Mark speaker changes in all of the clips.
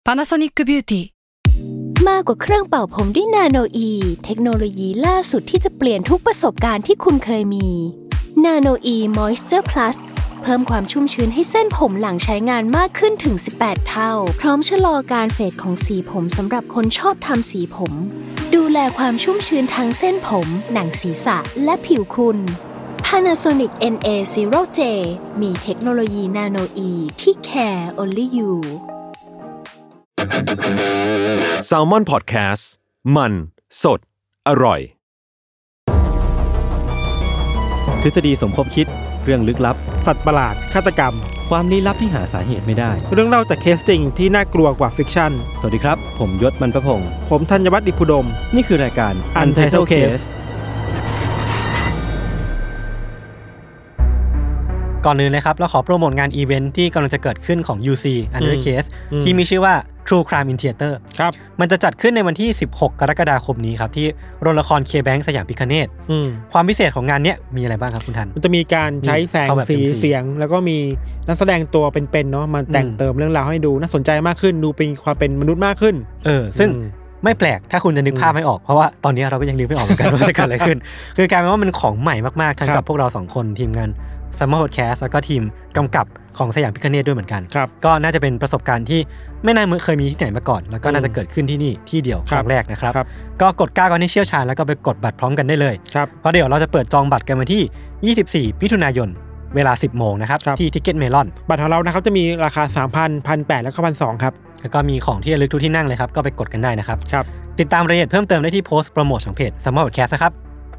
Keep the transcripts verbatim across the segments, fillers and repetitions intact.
Speaker 1: Panasonic Beauty
Speaker 2: มากกว่าเครื่องเป่าผมด้วยนาโนอีเทคโนโลยีล่าสุดที่จะเปลี่ยนทุกประสบการณ์ที่คุณเคยมีนาโนอีมอยส์เจอร์พลัสเพิ่มความชุ่มชื้นให้เส้นผมหลังใช้งานมากขึ้นถึงสิบแปดเท่าพร้อมชะลอการเฟดของสีผมสำหรับคนชอบทำสีผมดูแลความชุ่มชื้นทั้งเส้นผมหนังศีรษะและผิวคุณ Panasonic เอ็น เอ ศูนย์ เจ มีเทคโนโลยีนาโนอีที่ care only you
Speaker 3: Salmon Podcast มันสดอร่อย
Speaker 4: ทฤษฎีสมคบคิดเรื่องลึกลับ
Speaker 5: สัตว์ประหลาดฆาตกรรม
Speaker 4: ความลี้ลับที่หาสาเหตุไม่ได้
Speaker 5: เรื่องเล่าจากเคสจริงที่น่ากลัวกว่าฟิกชั่น
Speaker 4: สวัสดีครับผมยศมันประพงษ์
Speaker 5: ผมธัญวัฒน์อิพุดม
Speaker 4: นี่คือรายการ Untitled Case ก่อนอื่นเลยครับเราขอโปรโมทงานอีเวนท์ที่กำลังจะเกิดขึ้นของ ยู ซี Untitled Case ที่มีชื่อว่า True Crime in Theater
Speaker 5: ครับ
Speaker 4: มันจะจัดขึ้นในวันที่สิบหกกรกฎาคมนี้ครับที่โรงละคร K-Bank สยามพิคเนตความพิเศษของงานเนี้ยมีอะไรบ้างครับคุณทัน
Speaker 5: มันจะมีการใช้แสงสีเสียงแล้วก็มีนักแสดงตัวเป็นๆเนาะมาแต่งเติมเรื่องราวให้ดูน่าสนใจมากขึ้นดูเป็นความเป็นมนุษย์มากขึ้น
Speaker 4: เออซึ่งไม่แปลกถ้าคุณจะนึกภาพไม่ออกเพราะว่าตอนนี้เราก็ยังนึกไม่ออกเหมือนกันว่าจะเกิดอะไรขึ้นคือกลายเป็นว่ามันของใหม่มากๆทั้งกับพวกเราสองคนทีมงานSummer Podcast แล้วก็ทีมกำกับของสยามพิคเนตด้วยเหมือนกันก็น่าจะเป็นประสบการณ์ที่ไม่น่าเคยมีที่ไหนมาก่อนแล้วก็น่าจะเกิดขึ้นที่นี่ที่เดียวครั้งแรกนะครับก็กดกล้าก่อนให้เชี่ยวชาญแล้วก็ไปกดบัตรพร้อมกันได้เลยเพราะเดี๋ยวเราจะเปิดจองบัตรกันวันที่ยี่สิบสี่มิถุนายนเวลา สิบโมงนะครับที่ Ticket Melon
Speaker 5: บัตรของเรานะครับจะมีราคา สามพัน หนึ่งพันแปดร้อย แล้วก็ หนึ่งพันสองร้อย ครับ
Speaker 4: แล้วก็มีของที่ระลึกทุกที่นั่งเลยครับก็ไปกดกันได้นะครับติดตามรายละเอียดเพิ่มเติมได้ที่โพสต์โปรโมทของเพจ Summer Podcast นะครับ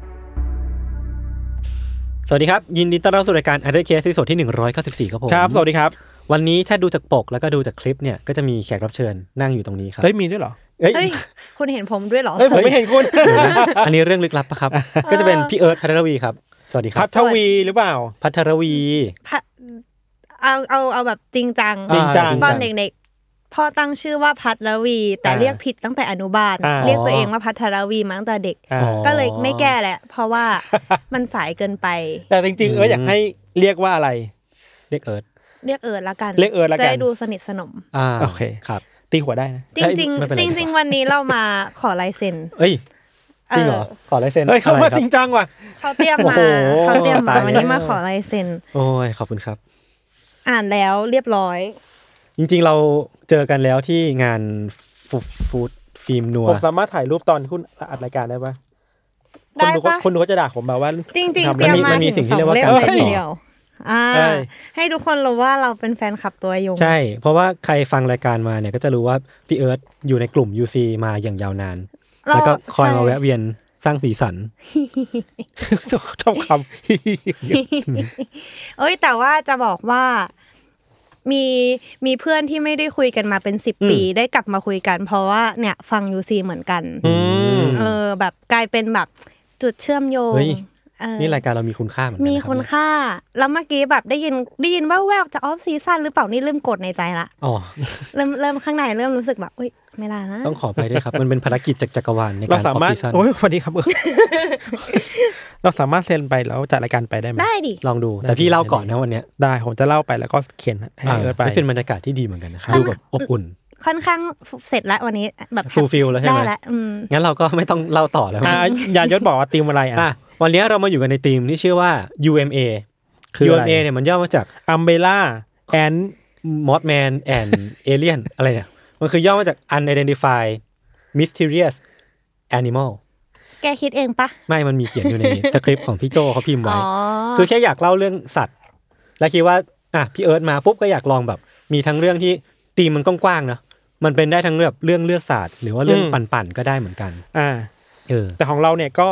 Speaker 4: สวัสดีครับยินดีต้อนรับสู่รายการ Untitled Case ตอนที่หนึ่งร้อยเก้าสิบสี่ครับผม
Speaker 5: ครับสวัสดีครับ
Speaker 4: วันนี้ถ้าดูจากปกแล้วก็ดูจากคลิปเนี่ยก็จะมีแขกรับเชิญนั่งอยู่ตรงนี้ครับ
Speaker 5: เฮ้ยมีด้วยเหรอ
Speaker 6: เฮ้ยคุณเห็นผมด้วยเหรอ
Speaker 5: เฮ้ยผมไม่เห็นคุณ
Speaker 4: อันนี้เรื่องลึกลับปะครับก็จะเป็นพี่เอิร์ธภัทรวีครับสวัสดีครับ
Speaker 5: ภัทรวีหรือเปล่า
Speaker 4: ภัทรวี
Speaker 6: เอาเอาเอาแบบจริงจัง
Speaker 5: จริงจัง
Speaker 6: ตอนเด็กๆพ่อตั้งชื่อว่าภัทรวีแต่เรียกผิดตั้งแต่อนุบาลเรียกตัวเองว่าภัทรวีมาตั้งแต่เด็กก็เลยไม่แก้แหละเพราะว่ามันสายเกินไป
Speaker 5: แต่จริงๆเอออยากให้เรียกว่าอะไร
Speaker 4: เรียกเอิร์ธ
Speaker 6: เรียกเอิร์ธละกัน
Speaker 5: เรียกเอิร์ธละกัน
Speaker 6: จะได้ดูสนิทสนม
Speaker 4: อ่าโอเคครับ
Speaker 5: ตีหัวได้นะ
Speaker 6: จริงๆจริงๆวันนี้เรามาขอลายเซ็น
Speaker 4: เอ้ยจริงเหรอขอลายเซ็น
Speaker 5: เฮ้ยเขามาจริงจังว่ะ
Speaker 6: เขาเตรียมมาเขาเตรียมมาวันนี้มาขอลายเซ็น
Speaker 4: โอ้ยขอบคุณครับ
Speaker 6: อ่านแล้วเรียบร้อย
Speaker 4: จริงๆเราเจอกันแล้วที่งานฟู้ดฟิล์มนัว
Speaker 5: ผมสามารถถ่ายรูปตอนคุณอัดรายการได้ปะคนดูคนดูเขาจะด่าผมแบบว่า
Speaker 6: จริงๆเตรียมมาถึงสองเล่มทีเดียวอ่าให้ทุกคนรู้ว่าเราเป็นแฟนคลับตัวยง
Speaker 4: ใช่เพราะว่าใครฟังรายการมาเนี่ยก็จะรู้ว่าพี่เอิร์ธอยู่ในกลุ่ม ยู ซี มาอย่างยาวนานแล้วก็คอยมาแวะเวียนสร้างสีสัน
Speaker 5: ชอบค
Speaker 6: ำเอ้ยแต่ว่าจะบอกว่ามีมีเพื่อนที่ไม่ได้คุยกันมาเป็นสิบปีได้กลับมาคุยกันเพราะว่าเนี่ยฟัง ยู ซี เหมือนกันเออแบบกลายเป็นแบบจุดเชื่อมโยง
Speaker 4: นี่รายการเรามีคุณค่าเหมือนกัน
Speaker 6: มีคุณค่าแล้วเมื่อกี้แบบได้ยินได้ยินว่าแววจะออฟซีซั่นหรือเปล่านี่เริ่มกดในใจละ
Speaker 4: อ๋อ
Speaker 6: เริ่มเริ่มข้างในเริ่มรู้สึกแบบอุ๊ยไม่ได้นะ
Speaker 4: ต้องขอไปด้วยครับมันเป็นภารกิจจากจักรวาลในการออฟซีซั่น
Speaker 5: โอ้ยสวัสดีครับเราสามารถเซ็นไปแล้วจัดรายการไปได้ไหม
Speaker 6: ได้ดิ
Speaker 4: ลองดูแต่พี่เล่าก่อนนะวันนี้
Speaker 5: ได้ผมจะเล่าไปแล้วก็เขียนให้เอิร์ธไป
Speaker 4: เป็นบรรยากาศที่ดีเหมือนกันนะดูแบบอบอุ่น
Speaker 6: ค่อนข้างเสร็จแล้ววันนี้แบบ
Speaker 4: ฟูลฟิลแล้วใช่ไหม
Speaker 6: ได้แล้ว
Speaker 4: งั้นเราก็ไม่ต้องเล่าต่อแล้ว
Speaker 5: อย่ายศบอกว่าทีมอะไรอ่ะ
Speaker 4: วันนี้เรามาอยู่กันในทีมที่ชื่อว่า ยู เอ็ม เอ
Speaker 5: คือ
Speaker 4: ยู เอ็ม เอ เนี่ยมันย่อมาจาก
Speaker 5: Umbrella and
Speaker 4: Mothman and Alien อะไรเนี่ยมันคือย่อมาจาก Unidentified Mysterious Animal
Speaker 6: แกคิดเองปะ
Speaker 4: ไม่มันมีเขียนอยู่ในสคริปต์ของพี่โจเขาพิมพ์ไว้คือแค่อยากเล่าเรื่องสัตว์แล้วคิดว่าอ่ะพี่เอิร์ธมาปุ๊บก็อยากลองแบบมีทั้งเรื่องที่ธีมมันกว้างๆเนาะมันเป็นได้ทั้งแบบเรื่องเลือดศาสตร์หรือว่าเรื่องปั่นๆก็ได้เหมือนกัน
Speaker 5: อ่าเออแต่ของเราเนี่ยก็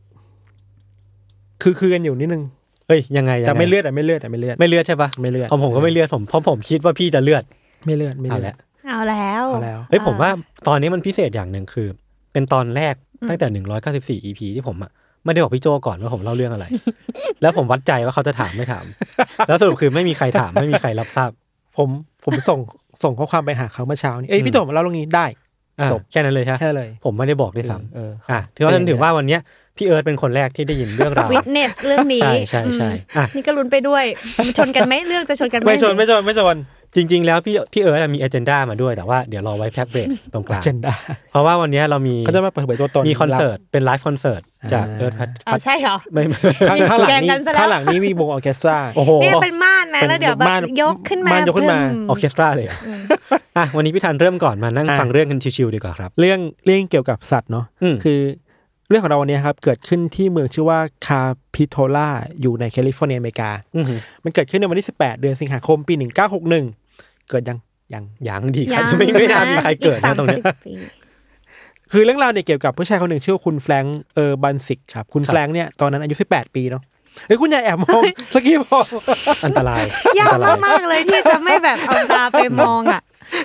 Speaker 5: คือคือกันอยู่นิดนึง
Speaker 4: เฮ้ยยังไง
Speaker 5: แต่ไม่เลือดแต่ไม่เลือดแต่ไม่เลือด
Speaker 4: ไม่เลือดใช่ปะ
Speaker 5: ไม่เลือด
Speaker 4: ผมผมก็ไม่เลือดผมเพราะผมคิดว่าพี่จะเลือด
Speaker 5: ไม่เลือดไม่เลือด
Speaker 6: เอาแล้ว
Speaker 5: เอาแล้ว
Speaker 4: เฮ้ยผมว่าตอนนี้มันพิเศษอย่างนึงคือเป็นตอนแรกตั้งแต่หนึ่งร้อยเก้าสิบสี่ อี พี ที่ผมอ่ะไม่ได้บอกพี่โจก่อนว่าผมเล่าเรื่องอะไรแล้วผมวัดใจว่าเขาจะถามไม่ถามแล้วสรุปคือไม่มีใครถามไม่มีใครรับทราบ
Speaker 5: ผมผมส่งส่งข้อความไปหาเขาเมื่อเช้านี้เอ้ยพี่โจมาเล่าเรื่องนี้ได้
Speaker 4: จบแค่นั้นเลยใช่
Speaker 5: แค่เลย
Speaker 4: ผมไม่ได้บอกด้วยซ้ำเอออ่ะถือว่าถือว่าวันนี้พี่เอิร์ธเป็นคนแรกที่ได้ยินเรื่องราว
Speaker 6: witness เรื่องนี้
Speaker 4: ใช่ใช่ใช่
Speaker 6: นี่ก็ลุ้นไปด้วยชนกันไหมเรื่องจะชนกันไหม
Speaker 5: ไม่ชนไม่ชนไม่ชน
Speaker 4: จริงๆแล้วพี่พี่เอิร์ธมี agenda มาด้วยแต่ว่าเดี๋ยวรอไว้แพ็คเบรกตรงกลาง
Speaker 5: agenda
Speaker 4: เพราะว่าวันนี้เรามี
Speaker 5: เขาจะมาเปิดเผยตัวตน
Speaker 4: มีคอนเสิร์ตเป็นไลฟ์คอนเสิร์ตจากเอิร์ธพัท
Speaker 6: อ๋อใช่เหรอ
Speaker 4: ไม่ไม่
Speaker 5: ข้างข้างหลัง
Speaker 6: แกง
Speaker 5: นี้
Speaker 6: กันซะแล้ว
Speaker 5: ข้างหลังนี้มีวงออร์เคสตรา
Speaker 4: โอ้โห
Speaker 6: เนี่ยเป็นม่านนะแล้วเดี๋ยวแบบยกขึ้นมา
Speaker 5: ม่านยกขึ้นมา
Speaker 6: พิ่
Speaker 4: ออร์เคสตราเลยเหรออ่ะวันนี้พี่ธันเริ่มก่อนมานั่ง
Speaker 5: อ่ะ
Speaker 4: ฟังเรื่องกันชิวๆดีกว่าครับ
Speaker 5: เรื่องเรื่องเกี่ยวกับสัตว์เนาะ
Speaker 4: อืม
Speaker 5: คือเรื่องของเราวันนี้ครับเกิดขึ้นที่เมืองชื่อว่าคาพิโทล่าอยู่ในแคลิฟอร์เนียอเมริกา
Speaker 4: อือหือ
Speaker 5: มันเกิดขึ้นในวันที่สิบแปดเดือนสิงหาคมปีหนึ่งเก้าหกหนึ่งเกิดยังยัง
Speaker 4: ยังดีค
Speaker 6: ยั
Speaker 4: รับ
Speaker 6: ง
Speaker 4: ไม่ไม่น่ามีใครเกิด
Speaker 6: อี
Speaker 4: นะตรงนี้
Speaker 6: สามสิบปี
Speaker 5: คือเรื่องราวเนี่ยเกี่ยวกับผู้ชายคนหนึ่งชื่อว่าคุณแฟรงค์เออร์บันซิกครับคุณ
Speaker 4: ครับ
Speaker 5: แฟรงค์เนี่ยตอนนั้นอายุสิบแปดปีเนาะเฮ้ยคุณอย่าแอบมองสกี้พอ
Speaker 4: อันตราย
Speaker 6: ยาก
Speaker 4: อันตราย
Speaker 6: มากๆเลยที่จะไม่แบบเอาตาไปมองอ่ะ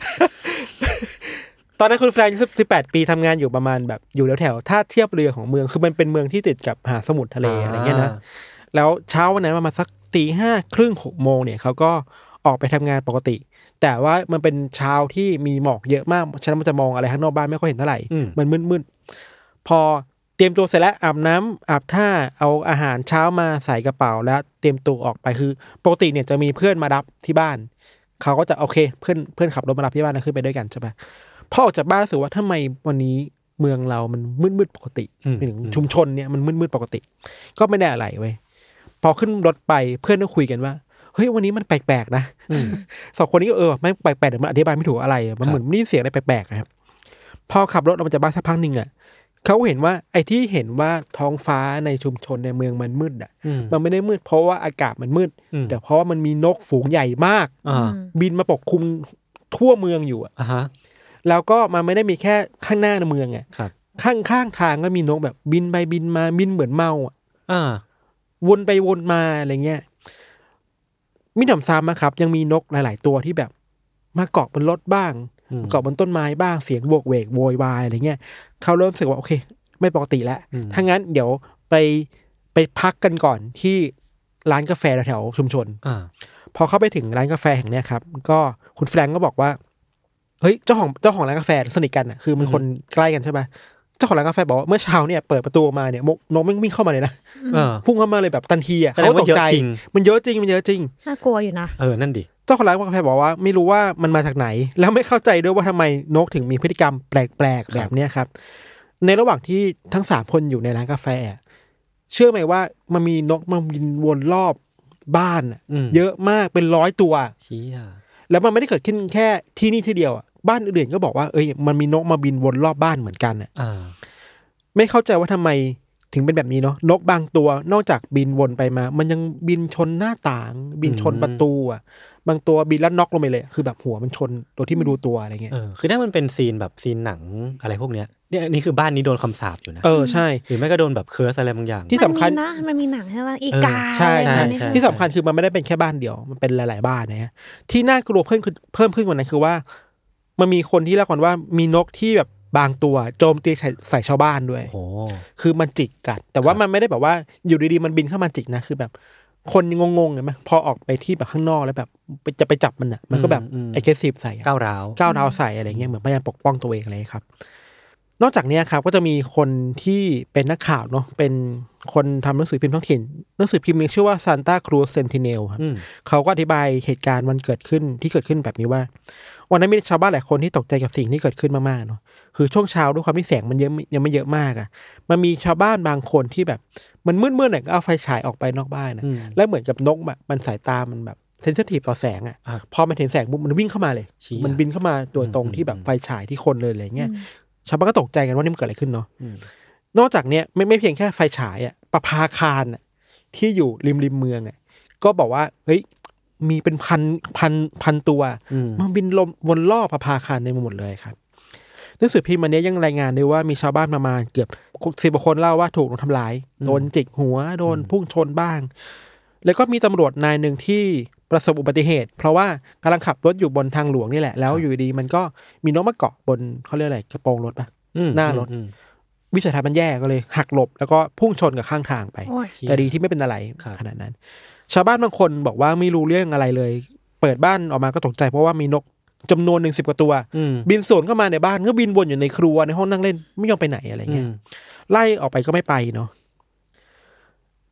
Speaker 5: ตอนนั้นคุณแฟรงค์สิบแปดปีทำงานอยู่ประมาณแบบอยู่แถวๆท่าเทียบเรือของเมืองคือมันเป็นเมืองที่ติดกับมหาสมุทรทะเลอะไรเงี้ยนะแล้วเช้าวันนั้นประมาณสักตีห้าครึ่งหกโมงเนี่ยเขาก็ออกไปทำงานปกติ แต่ว่ามันเป็นเช้าที่มีหมอกเยอะมากฉะนั้นมันจะมองอะไรข้างนอกบ้านไม่ค่อยเห็นเท่าไหร่
Speaker 4: อืม
Speaker 5: มันมืดๆพอเตรียมตัวเสร็จแล้วอาบน้ำอาบท่าเอาอาหารเช้ามาใส่กระเป๋าแล้วเตรียมตัวออกไปคือปกติเนี่ยจะมีเพื่อนมารับที่บ้านเขาก็จะโอเคเพื่อนเพื่อนขับรถมารับที่บ้านแล้วขึ้นไปด้วยกันใช่ปะพอออกจากบ้านรู้สึกว่าทำไมวันนี้เมืองเรามันมืดๆปกติ
Speaker 4: อืม
Speaker 5: หมายถึงชุมชนเนี่ยมันมืดๆปกติ ก็ไม่ได้อะไรเว้ยพอขึ้นรถไปเพื่อนก็คุยกันว่าเฮ้ยวันนี้มันแปลกๆนะ
Speaker 4: อืม
Speaker 5: สองคนนี้ก็เออไม่แปลกๆเดี๋ยวมันอธิบายไม่ถูกอะไรอะมันเหมือนไม่ได้เสียงอะไรแปลกๆอะครับพอขับรถออกมาจากบ้านสักพักหนึ่งอ่ะเขาเห็นว่าไอ้ที่เห็นว่าท้องฟ้าในชุมชนในเมืองมันมืดอ่ะ
Speaker 4: อืม
Speaker 5: มันไม่ได้มืดเพราะว่าอากาศมันมืด
Speaker 4: อืม
Speaker 5: แต่เพราะว่ามันมีนกฝูงใหญ่มาก
Speaker 4: อ่า
Speaker 5: บินมาปกคลุมทั่วเมืองอยู่อ่ะ
Speaker 4: อ่าฮะ
Speaker 5: แล้วก็มันไม่ได้มีแค่ข้างหน้าในเมืองอ่ะ
Speaker 4: ครับ
Speaker 5: ข้างข้างทางก็มีนกแบบบินไปบินมาบินเหมือนเมาอ่ะ
Speaker 4: อ่า
Speaker 5: วนไปวนมาอะไรเงี้ยมิหนำซ้ำนะครับยังมีนกหลาย ๆ ตัวที่แบบมาเกาะบนรถบ้าง
Speaker 4: อืม
Speaker 5: เกาะบนต้นไม้บ้างเสียงโวกเวกโวยวายอะไรเงี้ยเขาเริ่มรู้สึกว่าโอเค ไม่ปกติแล้ว
Speaker 4: อืม
Speaker 5: ถ้างั้นเดี๋ยวไปไปพักกันก่อนที่ร้านกาแฟแถวๆชุมชน
Speaker 4: อ่า
Speaker 5: พอเข้าไปถึงร้านกาแฟแห่งเนี้ยครับก็คุณแฟรงก์ก็บอกว่าเฮ้ยเจ้าของเจ้าของร้านกาแฟสนิทกันอ่ะคือมันคนใกล้กันใช่ไหมเจ้าของร้านกาแฟบอกว่าเมื่อเช้าเนี่ยเปิดประตูออกมาเนี่ยนกนกมันวิ่งเข้ามาเลยนะ
Speaker 4: เออ
Speaker 5: พุ่งเข้ามาเลยแบบทันทีอ่ะ
Speaker 4: แสดง
Speaker 5: เขา
Speaker 4: ว่า
Speaker 5: ตกใจ
Speaker 4: เยอะจริง
Speaker 5: มันเยอะจริงมันเยอะจริง
Speaker 6: น่ากลัวอยู่นะ
Speaker 4: เออนั่นดิ
Speaker 5: เจ้าของร้านกาแฟบอกว่าไม่รู้ว่ามันมาจากไหน แล้วไม่เข้าใจด้วยว่าทำไมนกถึงมีพฤติกรรมแปลกๆแบบเนี้ยครับ ในระหว่างที่ทั้งสามคนอยู่ในร้านกาแฟ เชื่อไหมว่ามันมีนกมาบินวนรอบบ้านอะ
Speaker 4: อืม
Speaker 5: เยอะมากเป็นร้อยตัว
Speaker 4: เชี่ย
Speaker 5: แล้วมันไม่ได้เกิดขึ้นแค่ที่นี่ที่เดียวอะบ้านอื่นๆก็บอกว่าเอ้ยมันมีนกมาบินวนรอบบ้านเหมือนกันอะ
Speaker 4: อ่า
Speaker 5: ไม่เข้าใจว่าทำไมถึงเป็นแบบนี้เนาะนกบางตัวนอกจากบินวนไปมา มันยังบินชนหน้าต่าง บินชนประตูอ่ะบางตัวบินแล้วน็อกลงไปเลยคือแบบหัวมันชนโดยที่ไม่รู้ตัวอะไรเงี้ย
Speaker 4: เออคือถ้ามันเป็นซีนแบบซีนหนังอะไรพวกเนี้ยเนี่ยนี่คือบ้านนี้โดนคำสาปอยู่นะ
Speaker 5: เออใช่
Speaker 4: หรือไม่ก็โดนแบบเคิร์สอะไรบางอย่าง
Speaker 5: ที่สำคัญ
Speaker 6: มันมีนะมันมีหนังใช่ไหมอีกา
Speaker 5: ใช่
Speaker 6: อะไร
Speaker 5: ใช่
Speaker 6: แบบนี้
Speaker 4: ใช่
Speaker 5: ที่สำคัญคือมันไม่ได้เป็นแค่บ้านเดียวมันเป็นหลาย ๆ บ้านนะฮะที่น่ากลัวเพิ่มขึ้นเพิ่มขึ้นกว่านั้นคือว่า มันมีคนที่เล่ากันว่ามีนกที่แบบบางตัวโจมตีใส่ใส่ชาวบ้านด้วย
Speaker 4: โอ้โห
Speaker 5: คือมันจิกกัด แต่ว่า
Speaker 4: ครับ
Speaker 5: มันไม่ได้แบบว่าอยู่ดีๆมันบินเข้ามาจิกนะคือแบบคนงงๆเห็นไหมพอออกไปที่แบบข้างนอกแล้วแบบไปจะไปจับมันอ่ะมันก็แบบ
Speaker 4: อืม
Speaker 5: ไอเกสซีฟใส่อะ
Speaker 4: ก้าวร้าว
Speaker 5: ก้าวร้าวใส่อะไรเงี้ยเหมือนพยายามปกป้องตัวเองอะไรครับ นอกจากเนี้ยครับก็จะมีคนที่เป็นนักข่าวเนาะเป็นคนทำหนังสือพิมพ์ท้องถิ่นหนังสือพิมพ์มีชื่อว่า Santa Cruz Sentinel ครับ
Speaker 4: อืม
Speaker 5: เขาก็อธิบายเหตุการณ์วันเกิดขึ้นที่เกิดขึ้นแบบนี้ว่าวันนั้นมีชาวบ้านหลายคนที่ตกใจกับสิ่งที่เกิดขึ้นมากๆเนาะคือช่วงเช้าด้วยความที่แสงมันเยอะยังไม่เยอะมากอ่ะมันมีชาวบ้านบางคนที่แบบมันมืดๆหน่อยก็เอาไฟฉายออกไปนอกบ้านนะ
Speaker 4: อืม
Speaker 5: แล้วเหมือนกับนกแบบมันสายตามันแบบเซนซิทีฟต่อแสงอ่ะ
Speaker 4: อ่ะ
Speaker 5: พอมันเห็นแสงปุ๊บมันวิ่งเข้ามาเลย
Speaker 4: เชี่ย
Speaker 5: มันบินเข้ามาตัวตรง
Speaker 4: อืม
Speaker 5: ที่แบบ
Speaker 4: อืม
Speaker 5: ไฟฉายที่คนเลยอะไรเงี้ยชาวบ้านก็ตกใจกันว่านี่มันเกิดอะไรขึ้นเนาะ
Speaker 4: อืม
Speaker 5: นอกจากเนี้ยไม่ไม่เพียงแค่ไฟฉายอ่ะประภาคารอ่ะที่อยู่ริมริมเมืองอ่ะก็บอกว่าเฮ้ยมีเป็นพันพันพันตัว
Speaker 4: อืม
Speaker 5: มันบินลมวนรอบประภาคารในหมดเลยครับหนังสือพิมพ์มันนี้ยังรายงานด้วยว่ามีชาวบ้านประมาณเกือบสิบคนเล่าว่าถูกโดนทำร้ายโดนจิกหัวโดนพุ่งชนบ้าง แล้วก็มีตำรวจนายหนึ่งที่ประสบอุบัติเหตุ เพราะว่ากำลังขับรถอยู่บนทางหลวงนี่แหละแล้วอยู่ดีมันก็มีนกมาเกาะบนเขาเรียกอะไรกระโปรงรถปะ
Speaker 4: อืม
Speaker 5: หน้ารถ
Speaker 4: อืม
Speaker 5: วิสัยทัศน์มันแย่ก็เลยหักหลบแล้วก็พุ่งชนกับข้างทางไป
Speaker 6: โอ้ย
Speaker 4: เชี่ย
Speaker 5: แต่ดีที่ไม่เป็นอะไร
Speaker 4: ครับ
Speaker 5: ขนาดนั้น ชาวบ้านบางคนบอกว่าไม่รู้เรื่องอะไรเลย เปิดบ้านออกมาก็ตกใจเพราะว่ามีนกจำนวนหนึ่งสิบกว่าตัว
Speaker 4: อืม
Speaker 5: บินสวนเข้ามาในบ้านก็บินวนอยู่ในครัวในห้องนั่งเล่นไม่ยอมไปไหนอะไรเงี้ย
Speaker 4: อืม
Speaker 5: ไล่ออกไปก็ไม่ไปเนาะ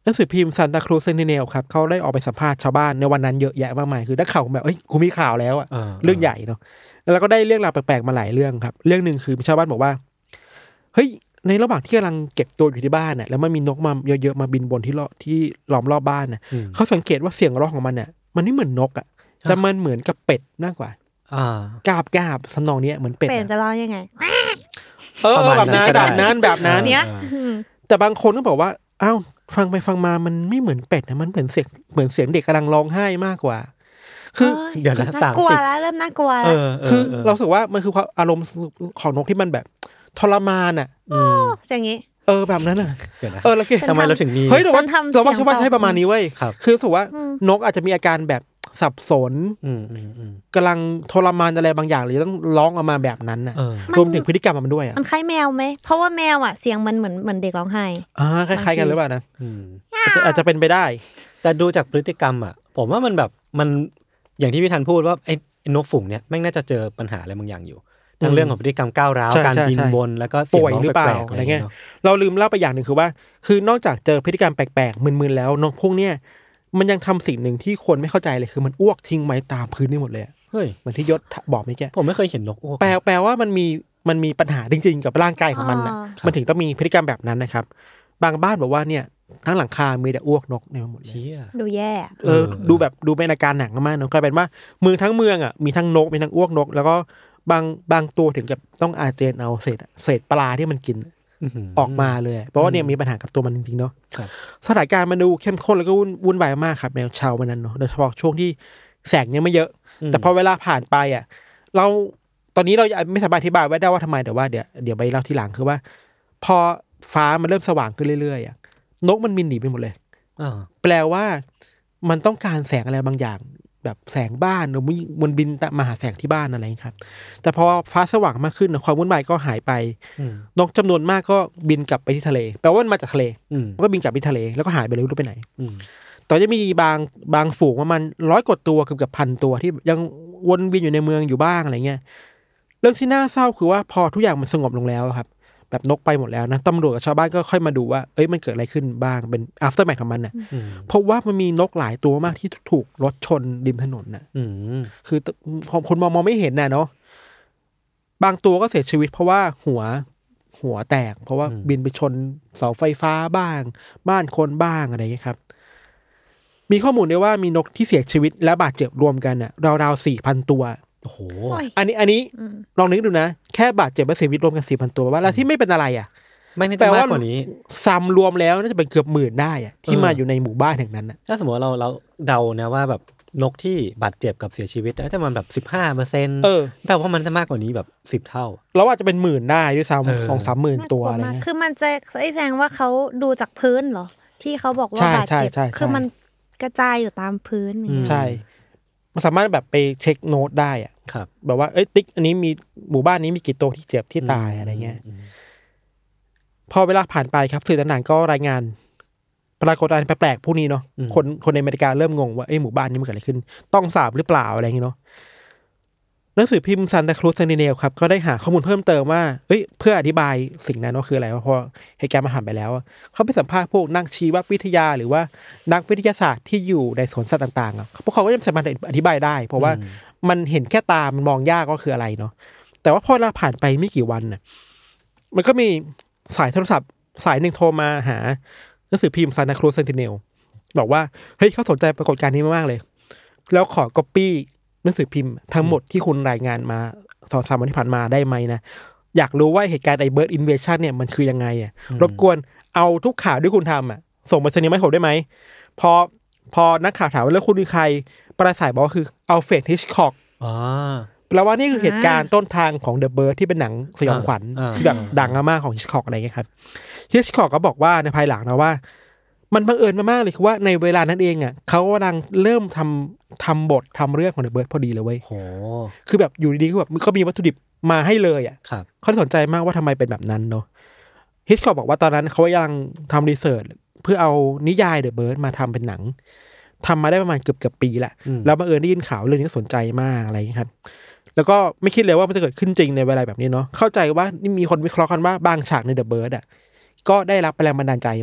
Speaker 5: หนังสือพิมพ์ Santa Cruz Sentinel ครับเขาได้ออกไปสัมภาษณ์ชาวบ้านในวันนั้นเยอะแยะมากมายคือนักข่าวแบบเอ้ยกูมีข่าวแล้วอ่ะเรื่องใหญ่เนาะแล้วก็ได้เรื่องราวแปลกๆมาหลายเรื่องครับเรื่องนึงคือชาวบ้านบอกว่าเฮ้ยในระหว่างที่กำลังเก็บตัวอยู่ที่บ้านน่ะแล้วมันมีนกมาเยอะๆมาบินบนที่ล้อที่ล้อมรอบบ้านน่ะเขาสังเกตว่าเสียงร้องของมันน่ะมันไม่เหมือนนกอ่ะแต่มันเหมือนกับเป็ดมากกว่าอ่ากาบกาบสำนองเนี้ยเหมือนเป็ด
Speaker 6: เป็ดจะร้องยังไง
Speaker 5: เออแบบนั้นแบบนั้นแบบนั้นแต่บางคนก็บอกว่าอ้าวฟังไปฟังมามันไม่เหมือนเป็ดนะมันเหมือนเสียงเหมือนเสียงเด็กกำลังร้องไห้มากกว่าคือ
Speaker 4: เดี๋ยวละสามสิบ
Speaker 6: กลัวแล้วเริ่มน่ากลัวแล้ว
Speaker 5: คือเราสึกว่ามันคือความอารมณ์ของนกที่มันแบบทรมานอ่ะ
Speaker 6: อย่างงี้
Speaker 5: เออแบบนั้นอ่ะเออแล้ว
Speaker 4: ทำไมเราถึงมี
Speaker 5: เฮ้ยแต่ว่าเราว่าใช่ประมาณนี้เว้ยคือรู้สึกว่านกอาจจะมีอาการแบบสับสนกำลังทรมานอะไรบางอย่างหรือต้องร้องออกมาแบบนั้นน่ะรวมถึงพฤติกรรมมันด้วยอ่ะ
Speaker 6: มันคล้ายแมวไหมเพราะว่าแมวอ่ะเสียงมันเหมือนเหมือนเด็กร้องไห้
Speaker 5: อ่าคล้ายๆกันหรือเปล่านะอาจจะอาจจะเป็นไปได้
Speaker 4: แต่ดูจากพฤติกรรมอ่ะผมว่ามันแบบมันอย่างที่พี่ธันพูดว่าไอ้นกฝูงเนี้ยแม่งน่าจะเจอปัญหาอะไรบางอย่างอยู่ทั้งเรื่องของพฤติกรรมก้าวร้าวการบินบนแล้วก็เสียงร้องแปลกๆอะไรเงี้ย
Speaker 5: เราลืมเล่าไปอย่างนึงคือว่าคือนอกจากเจอพฤติกรรมแปลกๆมึนๆแล้วนกพวกเนี้ยมันยังทำสิ่งหนึ่งที่คนไม่เข้าใจเลยคือมันอ้วกทิ้งไว้ตามพื้นนี่หมดเลยเฮ้ยเหมือนที่ยศบอกเมื่อกี้
Speaker 4: ผมไม่เคยเห็นนกอ้วก
Speaker 5: แปลแปลว่ามันมีมันมีปัญหาจริงๆกับร่างกายของมันน่ะมันถึงต้องมีพฤติกรรมแบบนั้นนะครับบางบ้านบอกว่าเนี่ยทั้งหลังคามีแต่อ้วกนกในหมดเลย
Speaker 6: ดูแย่
Speaker 5: เออดูแบบดูเป็นอาการหนักมากนะกลายเป็นว่าเมืองทั้งเมืองอ่ะมีทั้งนกมีทั้งอ้วกนกแล้วก็บางบางตัวถึงกับต้องอาเจียนเอาเศษเศษปลาที่มันกินออกมาเลยเพราะว่าเนี่ยมีปัญหากับตัวมันจริงๆเนาะสถานการณ์มันดูเข้มข้นแล้วก็วุ่นวายมากครับแนวชาวมันนั้นเนาะโดยเฉพาะช่วงที่แสงยังไม่เยอะแต่พอเวลาผ่านไปอ่ะเราตอนนี้เราไม่สามารถอธิบายไว้ได้ว่าทำไมแต่ว่าเดี๋ยวเดี๋ยวไปเล่าทีหลังคือว่าพอฟ้ามันเริ่มสว่างขึ้นเรื่อยๆอ่ะนกมันบินหนีไปหมดเลยแปลว่ามันต้องการแสงอะไรบางอย่างแบบแสงบ้านหรือมันบินมาหาแสงที่บ้านอะไรครับแต่พอฟ้าสว่างมากขึ้นความวุ่นวายก็หายไปนกจำนวนมากก็บินกลับไปที่ทะเลแปลว่ามันมาจากทะเลมันก็บินกลับไปที่ทะเลแล้วก็หายไปเลยไม่รู้ไปไหนต่อจะมีบางบางฝูงประมาณร้อยกว่าตัวเกือบกับพันตัวที่ยังวนเวียนอยู่ในเมืองอยู่บ้างอะไรเงี้ยเรื่องที่น่าเศร้าคือว่าพอทุกอย่างมันสงบลงแล้วครับแบบนกไปหมดแล้วนะตำรวจกับชาวบ้านก็ค่อยมาดูว่าเอ้ยมันเกิดอะไรขึ้นบ้างเป็น after math ของมันน่ะเพราะว่ามันมีนกหลายตัวมากที่ถูกรถชนริมถนนน่ะคือคนมองมองไม่เห็นน่ะเนาะบางตัวก็เสียชีวิตเพราะว่าหัวหัวแตกเพราะว่าบินไปชนเสาไฟฟ้าบ้างบ้านคนบ้างอะไรอย่างเงี้ยครับมีข้อมูลด้วยว่ามีนกที่เสียชีวิตและบาดเจ็บรวมกันน่ะราวๆ สี่พัน ตัวโอ้โหอันนี้อันนี้ลองนึกดูนะแค่บาดเจ็บและเสียชีวิตรวมกัน สี่พัน ตัวว่าแล้วที่ไม่เป็นอะไรอ่ะ
Speaker 4: ไม่น่าจะมากกว่านี้
Speaker 5: ซ้ำรวมแล้วน่าจะเป็นเกือบหมื่นได้อ่ะที่มาอยู่ในหมู่บ้านแห่งนั้นน่ะ
Speaker 4: ถ้าสมมติเราเราเดานะว่าแบบนกที่บาดเจ็บกับเสียชีวิตน่าจะมันแบบ สิบห้าเปอร์เซ็นต์ เออแต่ว่ามันจะมากกว่านี้แบบสิบเท่า
Speaker 5: แล้วอาจจะเป็นหมื่นได้ด้วยซ้ำ สองถึงสามหมื่น ตัวอะไรเงี้ย
Speaker 6: คือมันจะแสดงว่าเขาดูจากพื้นเหรอที่เขาบอกว่าบาดเจ็บคือมันกระจายอยู่ตามพื้น
Speaker 5: ใช่มันสามารถแบบไปเช็คโน้ตได้อ่ะแบบว่าเอ้ยติ๊กอันนี้มีหมู่บ้านนี้มีกี่ตัวที่เจ็บที่ตายอะไรเงี้ยพอเวลาผ่านไปครับสื่อต่างๆก็รายงานปรากฏการณ์แปลกๆพวกนี้เนาะคนคนในอเมริกาเริ่มงงว่าไอ้หมู่บ้านนี้มันเกิดอะไรขึ้นต้องสาบหรือเปล่าอะไรอย่างเงี้ยเนาะหนังสือพิมพ์ Santa Cruz Sentinel ครับก็ได้หาข้อมูลเพิ่มเติมว่าเอ้ยเพื่ออธิบายสิ่งนั้นว่าคืออะไรว่าพอเหตุการณ์มาผ่านไปแล้วเขาไปสัมภาษณ์พวกนักชีววิทยาหรือว่านักวิทยาศาสตร์ที่อยู่ในสวนสัตว์ต่างๆพวกเขาก็ยังสามารถอธิบายได้เพราะว่ามันเห็นแค่ตามันมองยากก็คืออะไรเนาะแต่ว่าพอเวลาผ่านไปไม่กี่วันน่ะมันก็มีสายโทรศัพท์สายนึงโทรมาหาหนังสือพิมพ์ Santa Cruz Sentinel บอกว่าเฮ้ยเขาสนใจปรากฏการณ์นี้มากๆเลยแล้วขอก๊อปปี้หนังสือพิมพ์ทั้งหมดที่คุณรายงานมาสองสามวันที่ผ่านมาได้ไหมนะอยากรู้ว่าเหตุการณ์ไอ้ Bird Invasion เนี่ยมันคือยังไงอ่ะรบกวนเอาทุกข่าวที่คุณทำอ่ะส่งมาเสนอให้ผมได้ไหมพอพอนักข่าวถามว่าแล้วคุณคือใครปราศรัยบอกว่าคืออัลเฟรด ฮิชคอกอ๋อแปลว่านี่คือเหตุการณ์ต้นทางของ The Bird ที่เป็นหนังสยองขวัญที่แบบดังมากของ Hitchcock อะไรเงี้ยครับ Hitchcock ก็บอกว่าในภายหลังนะว่ามันบังเอิญมากๆเลยคือว่าในเวลานั้นเองอ่ะเขากำลังเริ่มทำทำบททำเรื่องของ The Bird พอดีเลยเว้ยคือแบบอยู่ดีๆก็แบบก็มีวัตถุดิบมาให้เลยอ่ะเขาสนใจมากว่าทำไมเป็นแบบนั้นเนาะ Hitchcock บอกว่าตอนนั้นเขากำลังทำรีเสิร์ชเพื่อเอานิยาย The Bird มาทำเป็นหนังทำมาได้ประมาณเกือบเกือบปีแหละแล้วบังเอิญได้ยินข่าวเรื่องนี้ก็สนใจมากอะไรอย่างนี้ครับแล้วก็ไม่คิดเลยว่ามันจะเกิดขึ้นจริงในเวลาแบบนี้เนาะเข้าใจว่านี่มีคนวิเคราะห์กันว่าบางฉากใน The Bird อ่ะก็ได้รับแรงบันดาลใจมาจาก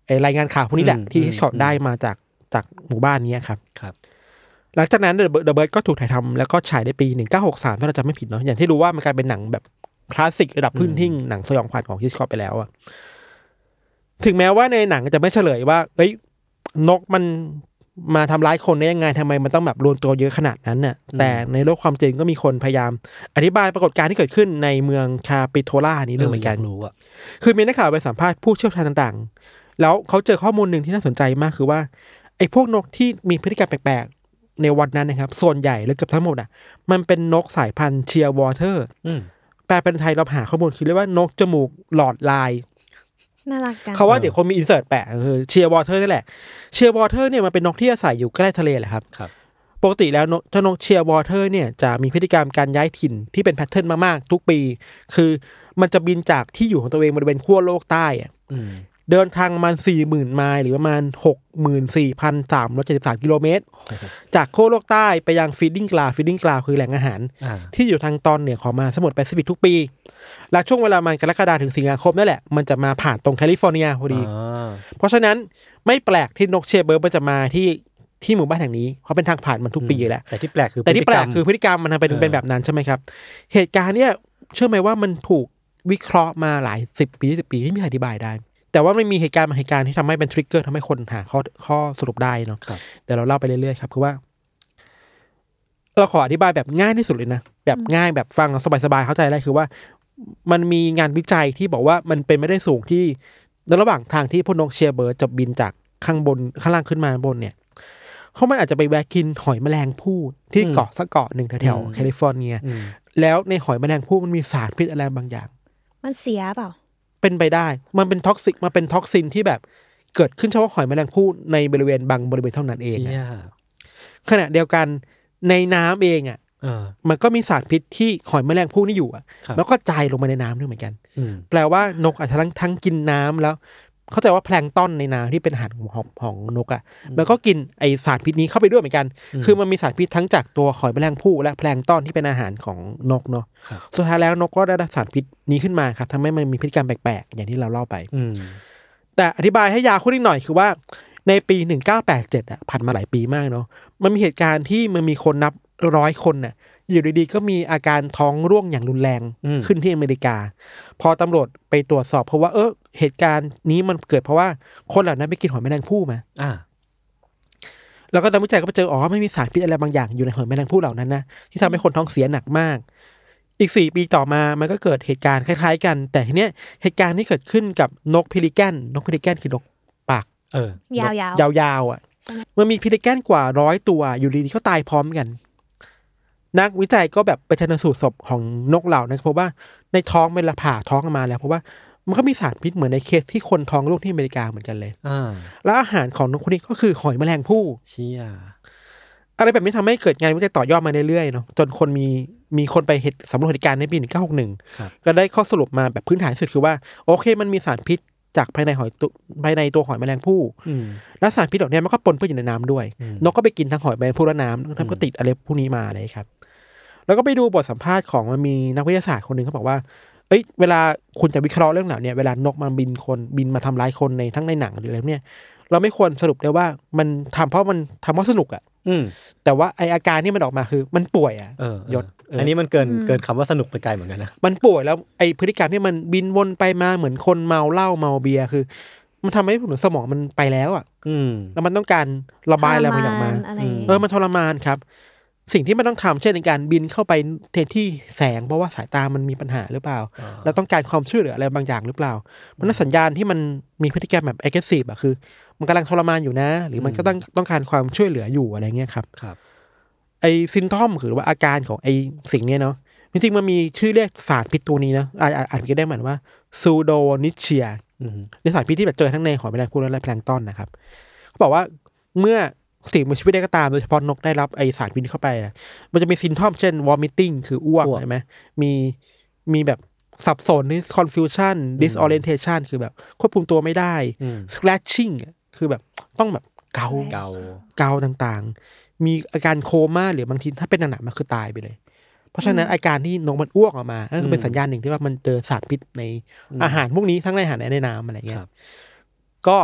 Speaker 5: ไอ้รายงานข่าวพวกนี้แหละที่ฮิชคอกได้มาจากจากหมู่บ้านนี้ครับ
Speaker 4: ครับ
Speaker 5: หลังจากนั้น The Bird ก็ถูกถ่ายทำแล้วก็ฉายในปีหนึ่งเก้าหกสามถ้าเราจำไม่ผิดเนาะอย่างที่รู้ว่ามันกลายเป็นหนังแบบคลาสสิกระดับพื้นทิ้งหนังสยองขวัญของฮิชคอกไปแล้วอะถึงแม้ว่าในหนังจะไม่เฉลยว่าเอ้ยนกมันมาทำร้ายคนได้ยังไงทำไมมันต้องแบบรวมตัวเยอะขนาดนั้นน่ะแต่ในโลกความจริงก็มีคนพยายามอธิบายปรากฏการณ์ที่เกิดขึ้นในเมืองคาปิโทล่านี้ด้วยเหมือนกัน
Speaker 4: รู้อ่ะ
Speaker 5: คือมีนักข่าวไปสัมภาษณ์ผู้เชี่ยวชาญต่างๆแล้วเขาเจอข้อมูลหนึ่งที่น่าสนใจมากคือว่าไอ้พวกนกที่มีพฤติกรรมแปลกๆในวันนั้นนะครับส่วนใหญ่หรือเกือบทั้งหมดอ่ะมันเป็นนกสายพันธุ์เชียร์วอเตอร์แปลเป็นไทยเราหาข้อมูลคือเรียกว่านกจมูกหลอดลาย
Speaker 6: น่ารักจัง
Speaker 5: เขาว่าเดี๋ยวคนมีอินเสิร์ตแปะคือเชียร์วอเตอร์นี่แหละเชียร์วอเตอร์เนี่ยมันเป็นนกที่อาศัยอยู่ใกล้ทะเลแหละครับปกติแล้วนกเจ้านกเชียร์วอเตอร์เนี่ยจะมีพฤติกรรมการย้ายถิ่นที่เป็นแพทเทิร์นมากๆทุกปีคือมันจะบินจากที่อยู่ของตัวเองบริเวณขั้วโลกใต้อ่ะเดินทางประมาณ สี่หมื่น ไมล์หรือประมาณ หกหมื่นสี่พันสามร้อยเจ็ดสิบสาม กิโลเมตรจากขั้วโลกใต้ไปยังฟีดดิ้งกราวด์ฟีดดิ้งกราวด์คือแหล่งอาหารที่อยู่ทางตอนเหนือของมหาสมุทรแปซิฟิกทุกปีและช่วงเวลามันกรกฎาคมถึงสิงหาคมนั่นแหละมันจะมาผ่านตรงแคลิฟอร์เนียพอดีเพราะฉะนั้นไม่แปลกที่นกเชียร์เบิร์ดมันจะมาที่ที่หมู่บ้านแห่งนี้เพราะเป็นทางผ่านมันทุกปีอยู่แล้ว
Speaker 4: แต่ที่แปลกคือ
Speaker 5: แต่ที่แปลกคือพฤติกรรมมันเป็นเป็นแบบนั้นใช่ไหมครับเหตุการณ์เนี้ยเชื่อไหมว่ามันถูกวิเคราะห์มาหลายสิบปียี่สิบปีไม่มีใครอธิบายได้แต่ว่าไม่มีเหตุการณ์บางเหตุการณ์ที่ทำให้เป็นทริกเกอร์ทำให้คนหาข้อข้อสรุปได้เนาะแต่เราเล่าไปเรื่อยๆครับคือว่าเราขออธิบายแบบง่ายที่สุดเลยนะแบบง่ายแบบฟังสบายๆเข้าใจได้คือว่ามันมีงานวิจัยที่บอกว่ามันเป็นไม่ได้สูงที่ในระหว่างทางที่พวกนกเชียร์เบิร์ดจะบินจากข้างบนข้างล่างขึ้นมาบนเนี่ยเขามันอาจจะไปแวะกินหอยแมลงภู่ที่เกาะสักเกาะหนึ่งแถวๆแคลิฟอร์เนียแล้วในหอยแมลงภู่มันมีสารพิษอะไรบางอย่าง
Speaker 6: มันเสียเปล่า
Speaker 5: เป็นไปได้มันเป็นท็อกซิกมันเป็นท็อกซินที่แบบเกิดขึ้นเฉพาะหอยแมลงภู่ในบริเวณบางบริเวณเท่านั้นเองขณะเดียวกันในน้ำเองอ่ะมันก็มีสารพิษที่หอยแมลงภู่นี่อยู่อ่ะแล้วก็จายลงมาในน้ำด้วยเหมือนกันแปลว่านกอาจจะทั้งทั้งกินน้ำแล้วเข้าใจว่าแพลงก์ตอนในน้ำที่เป็นอาหารของของนกอ่ะมันก็กินไอสารพิษนี้เข้าไปด้วยเหมือนกันคือมันมีสารพิษทั้งจากตัวหอยแมลงภู่และแพลงก์ตอนที่เป็นอาหารของนกเนาะสุดท้ายแล้วนกก็ได้สารพิษนี้ขึ้นมาครับทำให้มันมีพฤติกรรมแปลกๆอย่างที่เราเล่าไปแต่อธิบายให้ยาวขึ้นนิดหน่อยคือว่าในปีหนึ่งเก้าแปดเจ็ดอ่ะผ่านมาหลายปีมากเนาะมันมีเหตุการณ์ที่มันมีคนนับร้อยคนน่ะอยู่ดีๆก็มีอาการท้องร่วงอย่างรุนแรงขึ้นที่อเมริกาพอตำรวจไปตรวจสอบเพราะว่าเออเหตุการณ์นี้มันเกิดเพราะว่าคนเหล่านั้นไปกินหอยแมลงภู่มาอ่าแล้วก็นักวิจัยก็ไปเจออ๋อไม่มีสารพิษอะไรบางอย่างอยู่ในหอยแมลงภู่เหล่านั้นนะที่ทำให้คนท้องเสียหนักมากอีกสี่ปีต่อมามันก็เกิดเหตุการณ์คล้ายๆกันแต่ทีเนี้ยเหตุการณ์ที่เกิดขึ้นกับนกพิลิแกนนกพิลิแกนคือนกปาก
Speaker 4: เอ
Speaker 6: อยาว
Speaker 5: ๆยาวๆอ่ะมันมีพิลิแกนกว่าร้อยตัวอยู่ดีๆเขาตายพร้อมกันนักวิจัยก็แบบไปชันสูตรศพของนกเหล่านั้นเพราะว่าในท้องมันละผ่าท้องออกมาแล้วเพราะว่ามันก็มีสารพิษเหมือนในเคสที่คนท้องลูกที่อเมริกาเหมือนกันเลยแล้วอาหารของนกคนนี้ก็คือหอยแมลงภู่
Speaker 4: เชี่ย
Speaker 5: อะไรแบบนี้ทำให้เกิดงานวิจัยต่อยอดมาเรื่อยๆเนาะจนคนมีมีคนไปเหตุสำรวจเหตุการณ์ในปีหนึ่งเก้าหกหนึ่งก็ได้ข้อสรุปมาแบบพื้นฐานสุดคือว่าโอเคมันมีสารพิษจากภายในหอยภายในตัวหอยแมลงภู่และสารพิษเหล่านี้มันก็ปนเปื้อนอยู่ในน้ำด้วยนกก็ไปกินทั้งหอยแมลงภู่และน้ำทั้งก็ติดอะไรพวกนี้มาเลยครับแล้วก็ไปดูบทสัมภาษณ์ของมันมีนักวิทยาศาสตร์คนหนึ่งเขาบอกว่าเอ้ยเวลาคุณจะวิเคราะห์เรื่องเหล่านี้เวลานกมันบินคนบินมาทำร้ายคนในทั้งในหนังหรืออะไรเนี่ยเราไม่ควรสรุปได้ว่ามันทำเพราะมันทำเพราะสนุกอ่ะแต่ว่าไออาการที่มันออกมาคือมันป่วยอ่ะยศ
Speaker 4: อันนี้มันเกินเกินคำว่าสนุกไปไกลเหมือนกันนะ
Speaker 5: มันป่วยแล้วไอพฤติกรรมที่มันบินวนไปมาเหมือนคนเมาเหล้าเมาเบียร์คือมันทำให้ผลสมองมันไปแล้วอ่ะแล้วมันต้องการระบายอะไรบางอย่างมาเออมันทรมานครับสิ่งที่มันต้องทำเช่นในการบินเข้าไปแทนที่แสงเพราะว่าสายตามันมีปัญหาหรือเปล่าแล้วต้องการความช่วยเหลืออะไรบางอย่างหรือเปล่ามันเป็นสัญญาณที่มันมีพฤติกรรมแบบ aggressive อ่ะคือมันกำลังทรมานอยู่นะหรือมันก็ต้องต้องการความช่วยเหลืออยู่อะไรเงี้ยครับไอซินทอมหรือว่าอาการของไอสิ่งนี้เนาะจริงๆมันมีชื่อเรียกสารพิษตัวนี้นะอ่านอ่านก็ได้เหมือนว่าซูโดนิเชียในสารพิษที่แบบเจอทั้งในหอยแมลงภู่และแพลงก์ตอนนะครับเขาบอกว่าเมื่อสิ่งมีชีวิตใดก็ตามโดยเฉพาะนกได้รับไอสารพิษเข้าไปมันจะมีซิมทอมเช่น vomiting คืออ้วกใช่ไหมมีมีแบบสับสนนี่ confusion disorientation คือแบบควบคุมตัวไม่ได้ scratching คือแบบต้องแบบเกา
Speaker 4: เกา
Speaker 5: เกาต่างๆมีอาการโคม่าหรือบางทีถ้าเป็นหนักๆมันคือตายไปเลยเพราะฉะนั้นอาการที่นกมันอ้วกออกมาก็คือเป็นสัญญาณหนึ่งที่ว่ามันเจอสารพิษในอาหารพวกนี้ทั้งในอาหารและในน้ำอะไรเงี้ยก็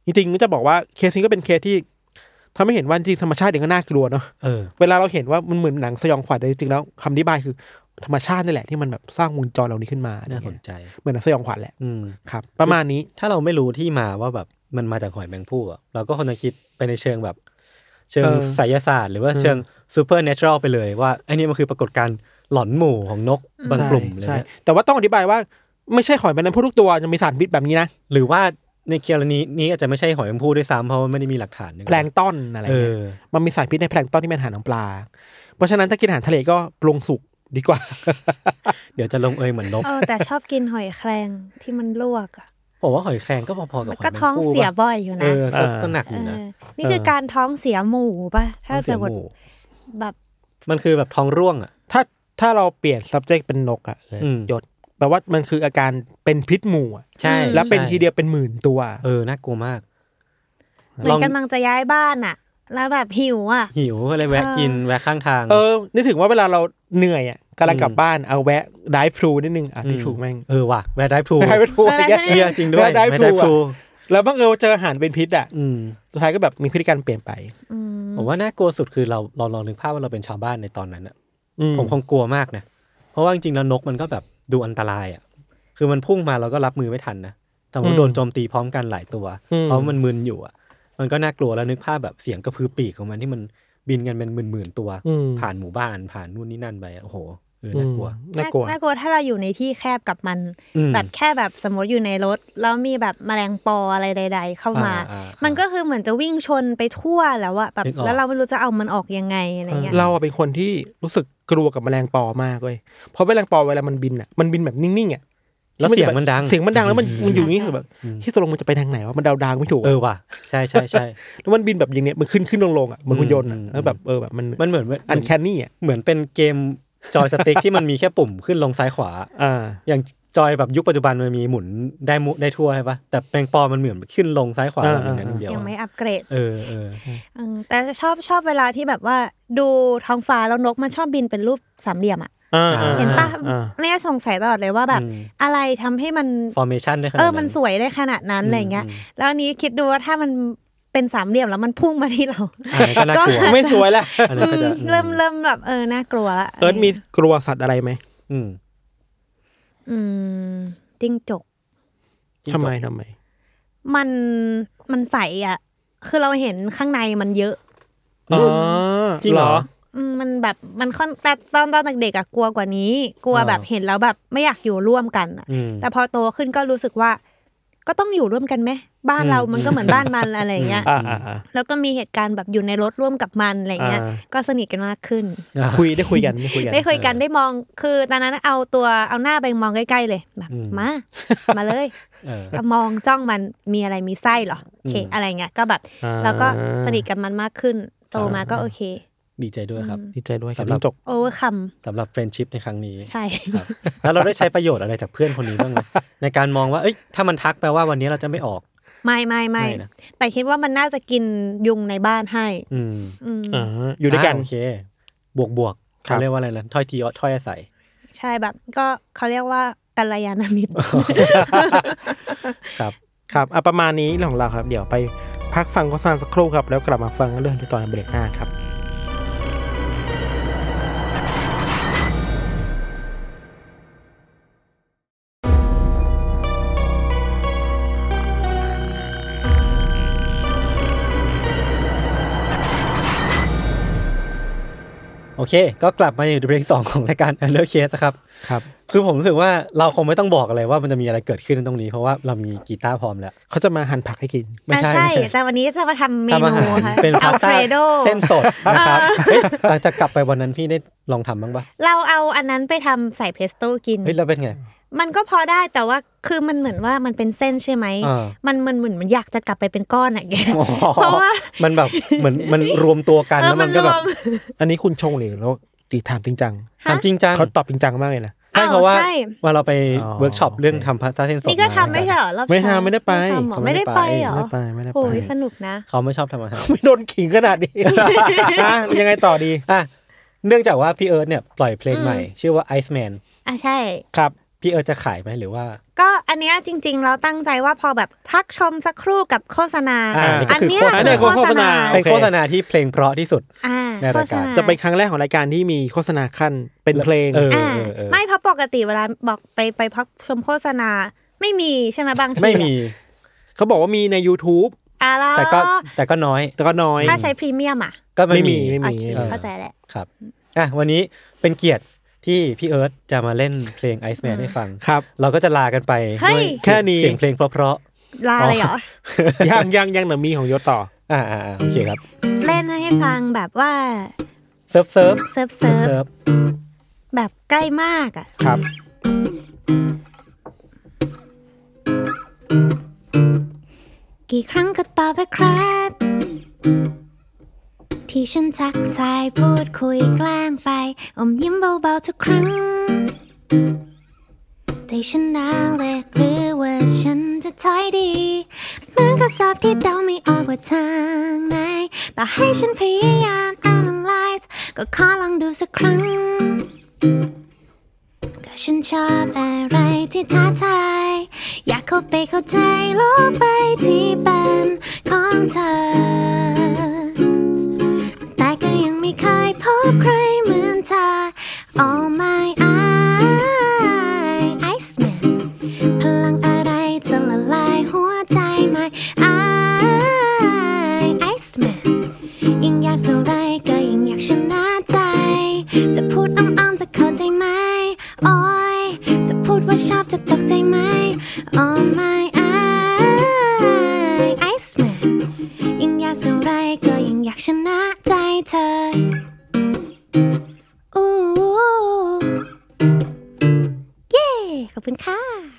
Speaker 5: จริงๆก็จะบอกว่าเคสนี้ก็เป็นเคสที่ทำให้เห็นว่าจริงธรรมชาติเองก็น่ากลัวเนาะ
Speaker 4: เออ
Speaker 5: เวลาเราเห็นว่ามันเหมือนหนังสยองขวัญแต่จริงๆแล้วคำอธิบายคือธรรมชาตินี่แหละที่มันแบบสร้างวงจรเหล่านี้ขึ้นมา
Speaker 4: น่าสนใจ
Speaker 5: เหมือนหนังสยองขวัญแหละ
Speaker 4: อืม
Speaker 5: ครับประมาณนี้
Speaker 4: ถ้าเราไม่รู้ที่มาว่าแบบมันมาจากหอยแมงภู่อ่ะเราก็คงจะคิดไปในเชิงแบบเชิงไสยศาสตร์หรือว่าเชิงซูเปอร์เนเชอรัลไปเลยว่าไอ้นี่มันคือปรากฏการณ์หลอนหมู่ของนกบางกลุ่มเลยนะ
Speaker 5: แต่ว่าต้องอธิบายว่าไม่ใช่หอยแมงภู่ทุกตัวจะมีสารพิษแบบนี้นะ
Speaker 4: หรือว่าในกรณีนี้อาจจะไม่ใช่หอยแมงภู่ด้วยซ้ำเพราะว่าไม่ได้มีหลักฐาน
Speaker 5: แพลงก์ต้นอะไรเงี้ยมันมีสารพิษในแพลงก์ต้นที่เป็นอาหารของปลาเพราะฉะนั้นถ้ากินอาหารทะเลก็ปรุงสุกดีกว่า
Speaker 4: เดี๋ยวจะลงเอยเหมือนนก
Speaker 6: เออแต่ชอบกินหอยแครงที่มันลวกอ่ะ
Speaker 4: ผมว่าหอยแครงก็พอๆกับหอยแมงภู่
Speaker 6: ก็ท้องเสียบ่อยอยู่นะ
Speaker 4: เออก็หนักอยู่นะ
Speaker 6: นี่คือการท้องเสียหมูป่ะถ้าจะแบบ
Speaker 4: มันคือแบบท้องร่วงอ่ะ
Speaker 5: ถ้าถ้าเราเปลี่ยน subject เป็นนกอ่ะยศแปลว่ามันคืออาการเป็นพิษหมู่อ่ะ
Speaker 4: ใช่
Speaker 5: แล้วเป็นทีเดียวเป็นหมื่นตัว
Speaker 4: เออน่ากลัวมาก
Speaker 6: เหมือนกำลังจะย้ายบ้านอ่ะแล้วแบบหิวอ่ะ
Speaker 4: หิวก็เลยแวะกินแวะข้างทาง
Speaker 5: เออนึกถึงว่าเวลาเราเหนื่อยอ่ะกำลังกลับบ้านเอาแวะไดฟ์ทรูนิดนึงอ่ะพี่ถูกแม่ง
Speaker 4: เออว่ะแวะไดฟ์ทรู
Speaker 5: ไดฟ์ทรู
Speaker 4: เชียจริงด้วย
Speaker 5: ไดฟ์ทรูแล้วบังเอิญเจออาหารเป็นพิษอ่ะสุดท้ายก็แบบมีพฤติกรรมเปลี่ยนไป
Speaker 4: ผมว่าน่ากลัวสุดคือเราเราลองนึกภาพว่าเราเป็นชาวบ้านในตอนนั้นอ่ะผมคงกลัวมากนะเพราะว่าจริงๆแล้วนกมันก็แบบดูอันตรายอ่ะคือมันพุ่งมาเราก็รับมือไม่ทันนะแต่ว่าโดนโจมตีพร้อมกันหลายตัวเพราะมันมึนอยู่อ่ะมันก็น่ากลัวแล้วนึกภาพแบบเสียงกระพือปีกของมันที่มันบินกันเป็นหมื่นๆตัวผ่านหมู่บ้านผ่านนู่นนี่นั่นไปโอ้โหเออน่ากลัว
Speaker 5: น่ากลัว
Speaker 6: น่ากลัวถ้าเราอยู่ในที่แคบกับมันแบบแค่แบบสมมติอยู่ในรถแล้วมีแบบแมลงปออะไรใดๆเข้ามามันก็คือเหมือนจะวิ่งชนไปทั่วแล้วอะแบบแล้วเราไม่รู้จะเอามันออกยังไงอะไรเงี้ย
Speaker 5: เราเป็นคนที่รู้สึกกลัวกับแมลงปอมากเลยเพราะแมลงปอเวลามันบินอะมันบินแบบนิ่งๆอะ
Speaker 4: แล้วเสียงมันดัง
Speaker 5: เสียงมันดังแล้วมันมันอยู่อย่างนี้คือแบบที่ตกลงมันจะไปทางไหนวะมันดาวดางไม่ถูก
Speaker 4: เออว่ะใช่ใช่ใช่
Speaker 5: แล้วมันบินแบบอย่างเนี้ยมันขึ้นขึ้นลงลงอ่ะมันหุ่นยนต์แล้วแบบเออแบบมัน
Speaker 4: มันเหมือน
Speaker 5: อันแคนนี่อ่ะ
Speaker 4: เหมือนเป็นเกมจอยสติ๊กที่มันมีแค่ปุ่มขึ้นลงซ้ายขวา
Speaker 5: อ่า
Speaker 4: อย่างจอยแบบยุคปัจจุบันมันมีหมุนได้มุได้ทั่วใช่ปะแต่แมงปอมันเหมือนขึ้นลงซ้ายขวาอย่างนั้นเดียว
Speaker 6: ยังไม่อัปเกรด
Speaker 4: เออเออ
Speaker 6: แต่ชอบชอบเวลาที่แบบว่าดูท้องฟ้าแล้วนกมันชอบบินเป็นรูปสามเหลี่ยมอ่ะเห็นป่ะเนี่ยสงสัยตลอดเลยว่าแบบอะไรทำให้มัน
Speaker 4: formation ได้ขนาดนั้น
Speaker 6: เออมันสวยได้ขนาดนั้นอะไรเงี้ยแล้วอันนี้คิดดูว่าถ้ามันเป็นสามเหลี่ยมแล้วมันพุ่งมาที่เรา
Speaker 4: ก็
Speaker 5: ไม่สวยแล้ว
Speaker 6: เริ่มเริ่มแบบเออน่ากลัวละ
Speaker 5: เอิร์ธมีกลัวสัตว์อะไรไหม
Speaker 4: อืม
Speaker 6: อืมจิ้งจก
Speaker 5: ทำไมทำไม
Speaker 6: มันมันใสอ่ะคือเราเห็นข้างในมันเยอะ
Speaker 5: อ๋อจริงเหรอ
Speaker 6: มันแบบมันค่อนแต่ตอนตอนเด็กๆอ่ะกลัวกว่านี้กลัวแบบเห็นแล้วแบบไม่อยากอยู่ร่วมกันอ่ะแต่พอโตขึ้นก็รู้สึกว่าก็ต้องอยู่ร่วมกันไหมบ้านเรามันก็เหมือนบ้านมันอะไรเงี้ยแล้วก็มีเหตุการณ์แบบอยู่ในรถร่วมกับมันอะไรเงี้ยก็สนิทกันมากขึ้น
Speaker 5: คุยได้คุยกันได้คุยกัน
Speaker 6: ได้คุยกันได้มองคือตอนนั้นเอาตัวเอาหน้าไปมองใกล้ๆเลยแบบมามาเลยก็มองจ้องมันมีอะไรมีไส้เหรอโอเคอะไรเงี้ยก็แบบแล้วก็สนิทกับมันมากขึ้นโตมาก็โอเค
Speaker 4: ดีใจด้วยครับ
Speaker 5: ดีใจด้วย
Speaker 6: สำหรับ
Speaker 5: จบ
Speaker 6: โอเวอร์คัม
Speaker 4: สำหรับเฟรนด์ชิพในครั้งนี้
Speaker 6: ใช่
Speaker 4: ครับแล้วเราได้ใช้ประโยชน์อะไรจากเพื่อนคนนี้บ้างไหมในการมองว่าเอ้ยถ้ามันทักแปลว่าวันนี้เราจะไม่ออก
Speaker 6: ไม่ไม่ไม่แต่คิดว่ามันน่าจะกินยุงในบ้านให้
Speaker 4: อืม
Speaker 5: อ่าอยู่ด้วยกัน
Speaker 4: โอเคบวกบวกเขาเรียกว่าอะไรนะถ้อยทีถ้อยอาศัย
Speaker 6: ใช่แบบก็เขาเรียกว่ากัลยาณมิตร
Speaker 5: ครับครับอ่ะประมาณนี้เรื่องของเราครับเดี๋ยวไปพักฟังโฆษณาสักครู่ครับแล้วกลับมาฟังเรื่องต่อในเบรกหน้าครับ
Speaker 4: โอเคก็กลับมาอยู่ในเบรกสองของรายการ Under Case ครับ
Speaker 5: ครับ
Speaker 4: คือผมรู้สึกว่าเราคงไม่ต้องบอกอะไรว่ามันจะมีอะไรเกิดขึ้นตรงนี้เพราะว่าเรามีกีตาร์พร้อมแล้ว
Speaker 5: เขาจะมาหั่นผักให้กิน
Speaker 6: ไม่ใช่ใช่แต่วันนี้จะมาทำเมนูค่ะ
Speaker 4: เป็นพาสต้าเส้นสดนะครับหลังจากกลับไปวันนั้นพี่ได้ลองทำบ้างปะ
Speaker 6: เราเอาอันนั้นไปทำใส่เพสโต้กิน
Speaker 4: เฮ้ยแล้วเป็นไง
Speaker 6: มันก็พอได้แต่ว่าคือมันเหมือนว่ามันเป็นเส้นใช่ไหมมันมันเหมือนมันอยากจะกลับไปเป็นก้อนอะแกเพราะว่า
Speaker 4: มันแบบเหมือนมันรวมตัวกันแล้วมันก็แบบ
Speaker 5: อันนี้คุณชงหรือแล้วตีถามจริงจัง
Speaker 4: ถามจริงจัง
Speaker 5: เขาตอบจริงจังมากเลยนะ
Speaker 4: ใช่เพราะว่าว่าเราไปเวิร์กช็อปเรื่องทำพาสต้าเส้นสด
Speaker 6: นี่ก็ทำไม่ใช่เหรอ
Speaker 5: ไม่ทำไม่ได้ไป
Speaker 6: ไม่ได้ไปเหรอ
Speaker 5: ไม่ได้ไปไม่ได้ไป
Speaker 6: โอ้ยสนุกนะ
Speaker 4: เขาไม่ชอบทำอาหาร
Speaker 5: ไม่โดนขิงขนาดนี้ยังไงต่อดี
Speaker 4: อ่ะเนื่องจากว่าพี่เอิร์ธเนี่ยปล่อยเพลงใหม่ชื่อว่า Iceman
Speaker 6: อ่ะใช่
Speaker 5: ครับ
Speaker 4: พี่เอิร์ธจะขายไหมหรือว่า
Speaker 6: ก็อันเนี้ยจริงๆเราตั้งใจว่าพอแบบพักชมสักครู่กับโฆษณา
Speaker 4: อ่านี่ก็
Speaker 6: อัน
Speaker 4: คือ
Speaker 6: เนี้ย
Speaker 4: โฆษณา
Speaker 6: คือโฆษณา
Speaker 4: เป็นโฆษณาที่เพลงเพราะที่สุด
Speaker 6: อ่า
Speaker 4: ในรายการ
Speaker 6: โฆษณ
Speaker 5: จะเป็นครั้งแรกของรายการที่มีโฆษณาขั้นเป็นเพลง
Speaker 4: เออ
Speaker 6: อ่า
Speaker 4: เออเออ
Speaker 6: ไม่เพราะปกติเวลาบอกไปไปพักชมโฆษณาไม่มีใช่ไหมบางที
Speaker 4: ไม่มี
Speaker 5: เขาบอกว่ามีใน YouTube
Speaker 6: อ่าแล้ว
Speaker 4: แต่ก็แต่ก็น้อย
Speaker 5: แต่ก็น้อย
Speaker 6: ถ้าใช้พรีเมียมอ่ะ
Speaker 4: ก็ไม่มี
Speaker 5: ไม่มี
Speaker 6: โอเค
Speaker 4: เออ
Speaker 6: เข้าใจแหละ
Speaker 4: ครับอ่ะวันนี้เป็นเกียรติที่พี่เอิร์ธจะมาเล่นเพลง Iceman ให้ฟัง
Speaker 5: ครับ
Speaker 4: เราก็จะลากันไป
Speaker 6: เฮ้ย
Speaker 4: ด้วย
Speaker 5: แค่นี้
Speaker 4: เสียงเพลงเพราะ
Speaker 6: ลาเลยเหรอ
Speaker 5: ยังยังยังหน่ะมีของยศต่อ
Speaker 4: ๆอ่าอ่าอ่าโอเคครับ
Speaker 6: เล่นให้ฟังแบบว่า
Speaker 4: เซิร์ฟเซิร์ฟ
Speaker 6: เซิร์ฟเซิร์ฟ
Speaker 4: เซิร์ฟ
Speaker 6: แบบใกล้มากอ่ะ
Speaker 5: ครับ
Speaker 6: กี่ครั้งก็ตอบไปครับ ที่ฉันทักทายพูดคุยแกล้งไปอมยิ้มเบาๆทุกครั้งแต่ฉันน่าเล็กหรือว่าฉันจะถอยดีเหมือนข้อสอบที่เดาไม่ออกว่าทางไหนแต่ให้ฉันพยายาม analyze ก็ขอลองดูสักครั้งก็ฉันชอบอะไรที่ท้าทายอยากเข้าไปเข้าใจโลกใบที่เป็นของเธอแต่ก็ยังไม่เคยพบใครเหมือนเธอ All my eye Iceman พลังอะไรจะละลายหัวใจ My eye Iceman ยิ่งอยากเท่าไรก็ยิ่งอยากชนะใจจะพูดอ้อมๆจะเข้าใจไหมโอ้ยจะพูดว่าชอบจะตกใจไหม Oh my eye Iceman ยิ่งอยากเท่าไรก็ยิ่งอยากชนะใจเธออู้เย้ขอบคุณค่ะ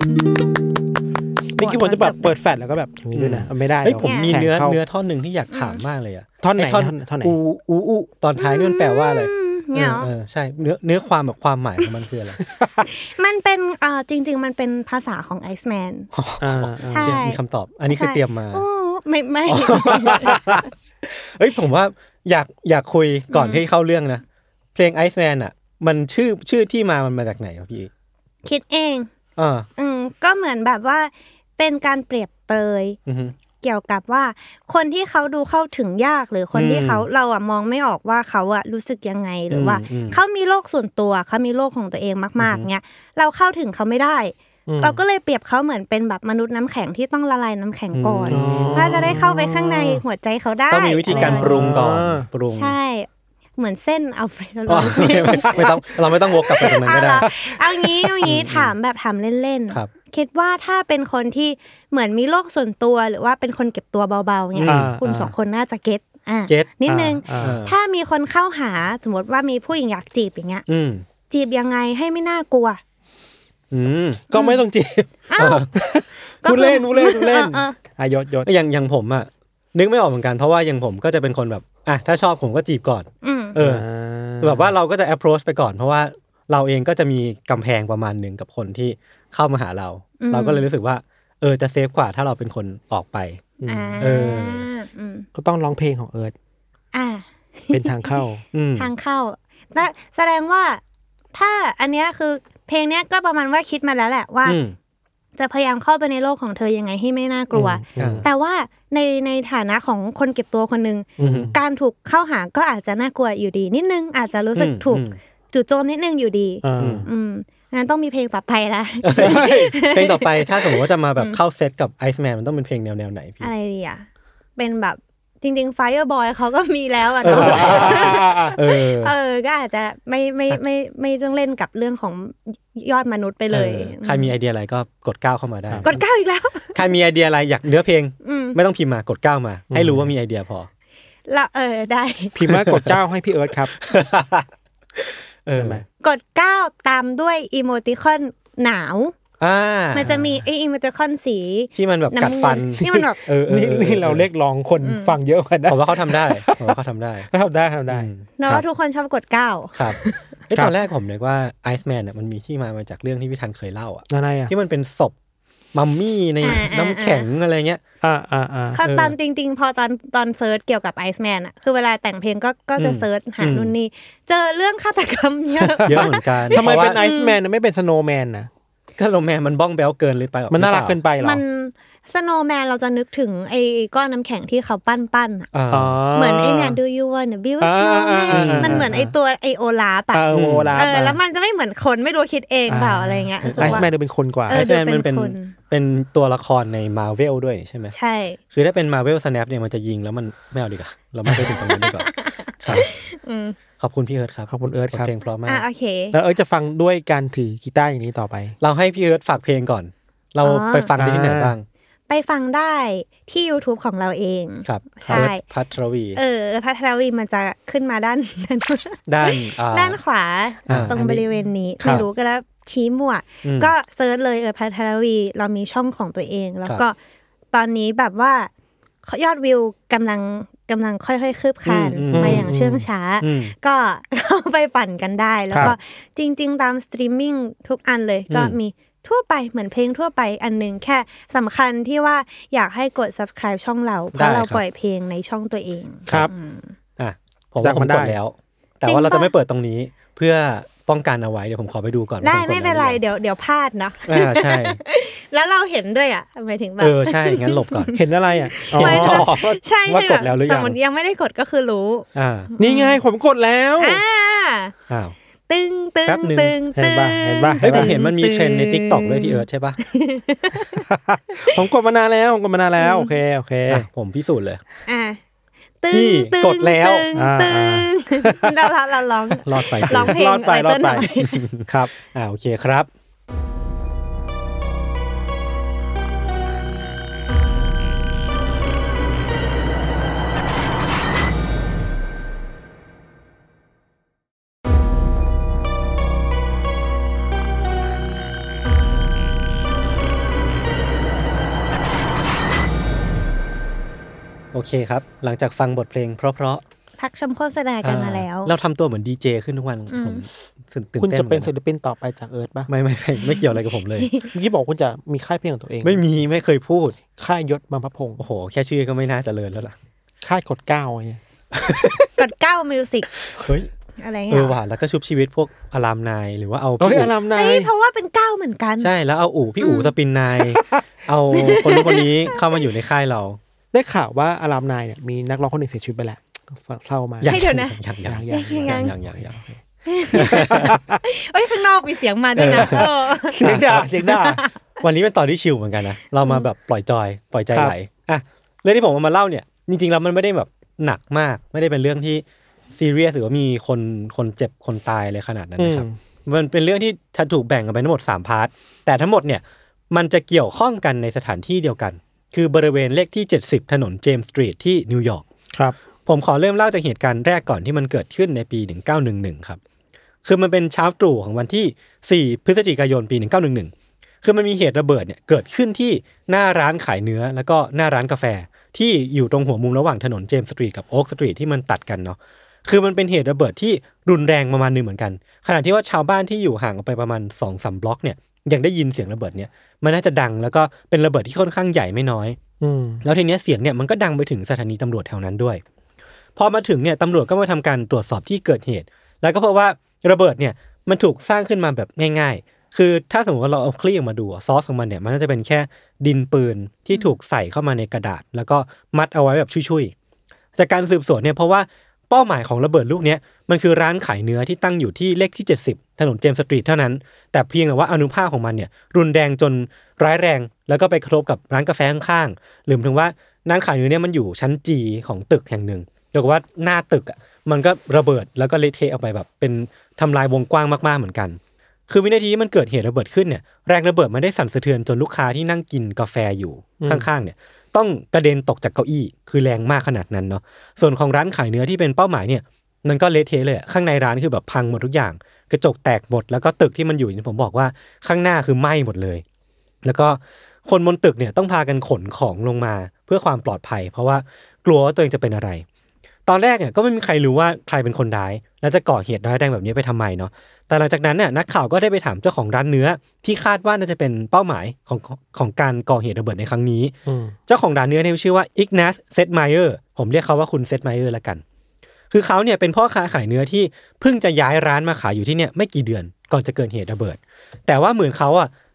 Speaker 5: นี่คิดผมจะแบบเปิดแฟลชแล้วก็แบบอย่างนี้ด้วยนะไม่ได้
Speaker 4: เฮ้ยผมมี
Speaker 5: แสง
Speaker 4: เนื้อ
Speaker 5: ข้า
Speaker 4: เนื้อท่อนหนึ่งที่อยากถามมากเลยอะ
Speaker 5: ท่อนไหน
Speaker 4: ไท่อน
Speaker 5: ท่อนท่อนไหน
Speaker 4: อูอูอูตอนท้ายนี่มันแปลว่าอะไร
Speaker 6: เนี่ยเหรอ
Speaker 4: เออใช่เนื้อเนื้อความแบบความหมายของมันคืออะไร
Speaker 6: มันเป็นเอ่อจริง ๆ มันเป็นภาษาของไอซ์แมน
Speaker 5: อ่า
Speaker 6: ใช่
Speaker 4: เชี่ยมีคำตอบ อันนี้คือเตรียมมา
Speaker 6: โอ้ไม่ไม่
Speaker 4: เฮ้ยผมว่าอยากอยากคุยก่อนที่เข้าเรื่องนะเพลง Iceman อ่ะมันชื่อชื่อที่มามันมาจากไหนครับพี่
Speaker 6: คิดเอง
Speaker 4: อ่า
Speaker 6: อืมก็เหมือนแบบว่าเป็นการเปรียบเปรย
Speaker 4: อือฮึ
Speaker 6: เกี่ยวกับว่าคนที่เขาดูเข้าถึงยากหรือคนที่เขาเราอะมองไม่ออกว่าเขาอะรู้สึกยังไงหรือว่าเขามีโลกส่วนตัวเขามีโลกของตัวเองมากๆเงี้ยเราเข้าถึงเขาไม่ได้ เราก็เลยเปรียบเขาเหมือนเป็นแบบมนุษย์น้ำแข็งที่ต้องละลายน้ำแข็งก่อนเพื่อจะได้เข้าไปข้างในหัวใจเขาได้
Speaker 4: ต้องมีวิธีการปรุงก่อนปรุง
Speaker 6: ใช่เหมือนเส้นอัลเฟรโด
Speaker 4: อ๋อไม่ไม่ต้องเราไม่ต้องวกกลับไปตรงนั้นก็ได้
Speaker 6: เอางี้เอางี้ถามแบบถามเล่น
Speaker 4: ครับ
Speaker 6: ๆคิดว่าถ้าเป็นคนที่เหมือนมีโลกส่วนตัวหรือว่าเป็นคนเก็บตัวเบาๆเนี่ย
Speaker 5: อ่า
Speaker 6: คุณสองคนน่าจะเก็ตอ่ะ
Speaker 4: เก็ต
Speaker 6: นิดนึง
Speaker 5: อ่า
Speaker 4: เออ
Speaker 6: ถ้ามีคนเข้าหาสมมติว่ามีผู้หญิงอยากจีบอย่างเงี้ย
Speaker 4: อืม
Speaker 6: จีบยังไงให้ไม่น่ากลัว
Speaker 4: อืม
Speaker 5: ก็ไม่ต้องจีบ
Speaker 6: อ้าว
Speaker 5: พูดเล่นพูดเล่นพูดเล่น
Speaker 6: ออออ
Speaker 5: อ่ะยศยศ
Speaker 4: อย่างอย่างผมอ่ะนึกไม่ออกเหมือนกันเพราะว่าอย่างผมก็จะเป็นคนแบบอ่ะถ้าชอบผมก็จีบก่อน
Speaker 6: อืม
Speaker 4: เออแบบว่าเราก็จะ approach ไปก่อนเพราะว่าเราเองก็จะมีกำแพงประมาณหนึ่งกับคนที่เข้ามาหาเรา เราก็เลยรู้สึกว่าเออจะเซฟกว่าถ้าเราเป็นคนออกไป
Speaker 6: อ่า
Speaker 4: เออ
Speaker 6: ม
Speaker 5: ก็ต้องร้องเพลงของเอิร์ธ
Speaker 6: อ่า
Speaker 5: เป็นทางเข้า
Speaker 4: อืม
Speaker 6: ทางเข้าและแสดงว่าถ้าอันเนี้ยคือเพลงเนี้ยก็ประมาณว่าคิดมาแล้วแหละว่า
Speaker 4: อืม
Speaker 6: จะพยายามเข้าไปในโลกของเธอยังไงให้ไม่น่ากลัว
Speaker 4: อืม
Speaker 6: แต่ว่าในในฐานะของคนเก็บตัวคนหนึ่ง
Speaker 4: อืม
Speaker 6: การถูกเข้าหาก็อาจจะน่ากลัวอยู่ดี นิดนึงอาจจะรู้สึกถูก
Speaker 4: อืม
Speaker 6: จู่โจมนิดนึงอยู่ดี
Speaker 5: อ่า
Speaker 6: อืมงั้นต้องมีเพลงต่อไปละ
Speaker 4: เพลงต่อไปถ้าสมมติว่าจะมาแบบเข้าเซตกับ Iceman มันต้องเป็นเพลงแนวแนวไหนพี่
Speaker 6: อะไรดีอ่ะเป็นแบบจริงๆ Fireboy เขาก็มีแล้วอ่ะ
Speaker 4: เออ
Speaker 6: เนาะ
Speaker 4: เออ
Speaker 6: เออก็อาจจะไม่ไม่ไม่ไม่ต้องเล่นกับเรื่องของยอดมนุษย์ไปเลย
Speaker 4: ออใครมีไอเดียอะไรก็กดเก้าเข้ามาได้
Speaker 6: กดเก้าอีกแล้ว
Speaker 4: ใครมีไอเดียอะไรอยากเนื้อเพลง
Speaker 6: อืม
Speaker 4: ไม่ต้องพิมพ์มากดเก้ามา ให้รู้ว่ามีไอเดียพอ
Speaker 6: แล้วเออได้
Speaker 5: พิมพ์มากดเจ้าให้พี่เอิร์ธครับ
Speaker 4: เออ
Speaker 5: ใช่ไหม
Speaker 6: กดเก้าตามด้วยอีโมติคอนหนาว
Speaker 4: อ่า
Speaker 6: มันจะมีไออีโมติคอนสี
Speaker 4: ที่มันแบบกัด
Speaker 6: น้ำเงิ
Speaker 4: ฟัน
Speaker 6: ที่มันแบบ
Speaker 4: เออออ
Speaker 5: นี่
Speaker 4: ออ
Speaker 5: นี่เราเรียกร้องคนฟังเยอะกว่านะ
Speaker 4: ผมว่าเขาทำได้ผมว่าเขาทำได้
Speaker 5: ทำได้ทำได้
Speaker 4: อืม
Speaker 6: เนาะ
Speaker 4: ครับ
Speaker 6: ทุกคนชอบกดเก้า
Speaker 4: ครับไอ้
Speaker 5: ครับ
Speaker 4: ตอนแรกผมนึกว่า Iceman เนี่ยมันมีที่มามาจากเรื่องที่พี่ทันเคยเล่าอ่ะ
Speaker 5: อะไรอ่ะ
Speaker 4: ที่มันเป็นศพมัมมี่ในน้ำแข็งอะไรเงี้ย
Speaker 5: อ่าอ่าอ่า
Speaker 6: เขาตอนจริงๆ พอตอนตอนเซิร์ชเกี่ยวกับไอซ์แมนอะคือเวลาแต่งเพลงก็ก็จะ
Speaker 4: อืม
Speaker 6: เซิร์ชหา
Speaker 4: อืม
Speaker 6: นู่นนี่เจอเรื่องฆาตกรรมเยอะ
Speaker 4: เยอะเหมือนกัน
Speaker 5: ทำไมเป็น
Speaker 4: พราะว่า
Speaker 5: ไอซ์แมนไม่เป็นสโนว์แมนนะ
Speaker 4: ก็โรแมนมันบ้องแบ๊วเกินเลยไป
Speaker 5: มันน่ารักเกินไปหรอ
Speaker 6: มันสโนว์แมนเราจะนึกถึงไอ้ก้อนน้ำแข็งที่เขาปั้นๆอ่ะเหมือนไอ้เนี่ย Do you wanna be a snowman มันเหมือนไอ้ตัวไอโอลาฟอ่ะเออแล้วมันจะไม่เหมือนคนไม่รู้คิดเองเปล่าอะไรเงี้ย
Speaker 5: ไอซ์แมนดูเป็นคนกว่า
Speaker 4: ไอซ์แมนมันเป็นเป็นตัวละครใน Marvel ด้วยใช่ไหม
Speaker 6: ใช่
Speaker 4: คือถ้าเป็น Marvel Snap เนี่ยมันจะยิงแล้วมันไม่เอาดีกว่าเราไม่ไปถึงตรงนั้นดีกว่าครับขอบคุณพี่เอิร์ธครับ
Speaker 5: ขอบคุณเอิร์ธครับ
Speaker 4: เพลงเพราะมาก
Speaker 6: อ่ะโอเค
Speaker 5: แล้วเอิร์ธจะฟังด้วยการถือกีตาร์อย่างนี้ต่อไป
Speaker 4: เราให้พี่เอิร์ธฝากเพลงก่อนเราไปฟังได้ที่ไหนบ้าง
Speaker 6: ไปฟังได้ที่ YouTube ของเราเอง
Speaker 4: ครับใช่พัทรวี
Speaker 6: เออพัทรวีมันจะขึ้นมาด้าน
Speaker 4: ด้าน
Speaker 6: ด้านขวาตรงบริเวณนี้ไม่รู้ก็แล้วชี้มั่วก็เซิร์ชเลยเออพัทรวีเรามีช่องของตัวเองแล้วก็ตอนนี้แบบว่ายอดวิวกำลังกำลังค่อยๆคืบคลานมาอย่างเชื่องช้าก็เข้าไปปั่นกันได้แล้วก็จริงๆตามสตรีมมิ่งทุกอันเลยก็มีทั่วไปเหมือนเพลงทั่วไปอันนึงแค่สำคัญที่ว่าอยากให้กด Subscribe ช่องเราเพราะเราปล่อยเพลงในช่องตัวเอง
Speaker 5: ครับ
Speaker 4: อ่ะผมว่าผมกดแล้วแต่ว่าเราจะไม่เปิดตรงนี้เพื่อป้องกันเอาไว้เดี๋ยวผมขอไปดูก่อน
Speaker 6: ได้ไม่เป็นไรเดี๋ยวเดี๋ยวพลาดเนาะ
Speaker 4: อ่าใช่
Speaker 6: แล้วเราเห็นด้วยอ่ะหมายถึงแบบ
Speaker 4: เออใช่งั้นหลบก่อน
Speaker 5: เห็นอะไรอ่ะ
Speaker 4: เห็นจอว่ากดแล้วหรือยัง
Speaker 6: สมมติยังไม่ได้กดก็คือรู้
Speaker 4: อ่า
Speaker 5: นี่ไงผมกดแล้ว
Speaker 6: อ่า
Speaker 4: อ้าว
Speaker 6: ตึงตึงตึง
Speaker 5: เห็นป่ะเห็นป่ะ
Speaker 4: เฮ้ยผมเห็นมันมีเทรนด์ใน TikTok ด้วยพี่เอิร์ธใช่ป่ะ
Speaker 5: ผมกดมานานแล้วผมกดมานานแล้วโอเคโอเค
Speaker 4: ผมพิสูจน์เลย
Speaker 6: อ่า
Speaker 4: นี่กดแล้ว
Speaker 6: ตึงเราเราร้อง
Speaker 4: รอดไป
Speaker 6: ร้องเพลง
Speaker 5: รอดไปรอดไปครับ
Speaker 4: อ่าโอเคครับโอเคครับหลังจากฟังบทเพลงเพราะ
Speaker 6: ๆพักชมโฆษณากันมาแล้ว
Speaker 4: เราทำตัวเหมือนดีเจขึ้นทุกวันผมตื่นเต้น
Speaker 5: คุณจะเป็นศิลปินต่อไปจากเอิร์ธป่ะ
Speaker 4: ไม่ไม่ไม่เกี่ยวอะไรกับผมเลย
Speaker 5: เมื่อกี้บอกคุณจะมีค่ายเพลงของตัวเอง
Speaker 4: ไม่มีไม่เคยพูด
Speaker 5: ค่ายยศบางพระพงษ์
Speaker 4: โอ้โหแค่ชื่อก็ไม่น่าเจริญแล้วล่ะ
Speaker 5: ค่ายกดเก้าไง
Speaker 6: กดเก้ามิวสิก
Speaker 4: เฮ้ย
Speaker 6: อะไร
Speaker 4: เงี้ยเออว่ะแล้วก็ชุบชีวิตพวกอารามนายหรือว่าเอา
Speaker 5: พี่อารามนาย
Speaker 6: เพราะว่าเป็นเก้าเหมือนกัน
Speaker 4: ใช่แล้วเอาอู่พี่อู่สปินนายเอาคนนู้นคนนี้เข้ามาอยู่ในค่ายเรา
Speaker 5: ได้ข่าวว่าอารามนายเนี่ยมีนักร้องคนหนึ่งเสียชีวิตไปแล้วเศร้ามา
Speaker 6: ให้เดี๋ยวนะ
Speaker 4: ยังยังยังยังยังยัง
Speaker 6: เอ้ยข้างนอกมีเสียงมาด้วยนะ
Speaker 5: เสียงด่าเสียงด่า
Speaker 4: วันนี้เป็นตอนที่ชิลเหมือนกันนะเรามาแบบปล่อยจอยปล่อยใจไหลอ่ะเรื่องที่ผมเอามาเล่าเนี่ยจริงๆแล้วมันไม่ได้แบบหนักมากไม่ได้เป็นเรื่องที่ซีเรียสหรือว่ามีคนคนเจ็บคนตายอะไรขนาดนั้นนะครับมันเป็นเรื่องที่ถูกแบ่งกันไปทั้งหมดสามพาร์ทแต่ทั้งหมดเนี่ยมันจะเกี่ยวข้องกันในสถานที่เดียวกันคือบริเวณเลขที่เจ็ดสิบถนนเจมส์สตรีทที่นิวยอร์ก
Speaker 5: ครับ
Speaker 4: ผมขอเริ่มเล่าจากเหตุการณ์แรกก่อนที่มันเกิดขึ้นในปีหนึ่งเก้าหนึ่งหนึ่งครับคือมันเป็นเช้าตรู่ของวันที่สี่พฤศจิกายนปีหนึ่งเก้าหนึ่งหนึ่งคือมันมีเหตุระเบิดเนี่ยเกิดขึ้นที่หน้าร้านขายเนื้อแล้วก็หน้าร้านกาแฟที่อยู่ตรงหัวมุมระหว่างถนนเจมส์สตรีทกับโอ๊คสตรีทที่มันตัดกันเนาะคือมันเป็นเหตุระเบิดที่รุนแรงประมาณนึงเหมือนกันขณะที่ว่าชาวบ้านที่อยู่ห่างออกไปประมาณ สองถึงสาม บล็อกเนี่ยยังได้ยินเสียงระเบิดเนี่ยมันน่าจะดังแล้วก็เป็นระเบิดที่ค่อนข้างใหญ่ไม่น้อยแล้วทีนี้เสียงเนี่ยมันก็ดังไปถึงสถานีตำรวจแถวนั้นด้วยพอมาถึงเนี่ยตำรวจก็มาทำการตรวจสอบที่เกิดเหตุแล้วก็พบว่าระเบิดเนี่ยมันถูกสร้างขึ้นมาแบบง่ายๆคือถ้าสมมติว่าเราเอาคลี่ออกมาดูซอสของมันเนี่ยมันน่าจะเป็นแค่ดินปืนที่ถูกใส่เข้ามาในกระดาษแล้วก็มัดเอาไว้แบบชุยๆจากการสืบสวนเนี่ยเพราะว่าเป้าหมายของระเบิดลูกนี้มันคือร้านขายเนื้อที่ตั้งอยู่ที่เลขที่เจ็ดสิบถนนเจมส์สตรีทเท่านั้นแต่เพียงแต่ว่าอนุภาคของมันเนี่ยรุนแรงจนร้ายแรงแล้วก็ไปกระทบกับร้านกาแฟข้างๆหรือถึงว่าร้านขายเนื้อเนี่ยมันอยู่ชั้นจีของตึกแห่งหนึ่งเรียกว่าหน้าตึกอ่ะมันก็ระเบิดแล้วก็เละเทะออกไปแบบเป็นทำลายวงกว้างมากๆเหมือนกันคือวินาทีที่มันเกิดเหตุระเบิดขึ้นเนี่ยแรงระเบิดมันได้สั่นสะเทือนจนลูกค้าที่นั่งกินกาแฟอยู่ข้างๆเนี่ยต้องกระเด็นตกจากเก้าอี้คือแรงมากขนาดนั้นเนาะส่วนของร้านขายเนื้อที่เป็นเป้าหมายเนี่ยมันก็เละเทะเลยข้างในร้านคือแบบพังหมดทุกอย่างกระจกแตกหมดแล้วก็ตึกที่มันอยู่อย่างผมบอกว่าข้างหน้าคือไหม้หมดเลยแล้วก็คนบนตึกเนี่ยต้องพากันขนของลงมาเพื่อความปลอดภัยเพราะว่ากลัวว่าตัวเองจะเป็นอะไรตอนแรกเนี่ยก็ไม่มีใครรู้ว่าใครเป็นคนร้ายและจะก่อเหตุร้ายแรงแบบนี้ไปทำไมเนาะแต่หลังจากนั้นเนี่ยนักข่าวก็ได้ไปถามเจ้าของร้านเนื้อที่คาดว่าน่าจะเป็นเป้าหมายของของการก่อเหตุระเบิดในครั้งนี้เจ้าของร้านเนื้อเนี่ยชื่อว่าอิกนัสเซตไมเออร์ผมเรียกเขาว่าคุณเซตไมเออร์ละกันคือเขาเนี่ยเป็นพ่อค้าขายเนื้อที่เพิ่งจะย้ายร้านมาขายอยู่ที่เนี่ยไม่กี่เดือนก่อนจะเกิดเหตุระเบิดแต่ว่าเหมือนเขาอ่ะ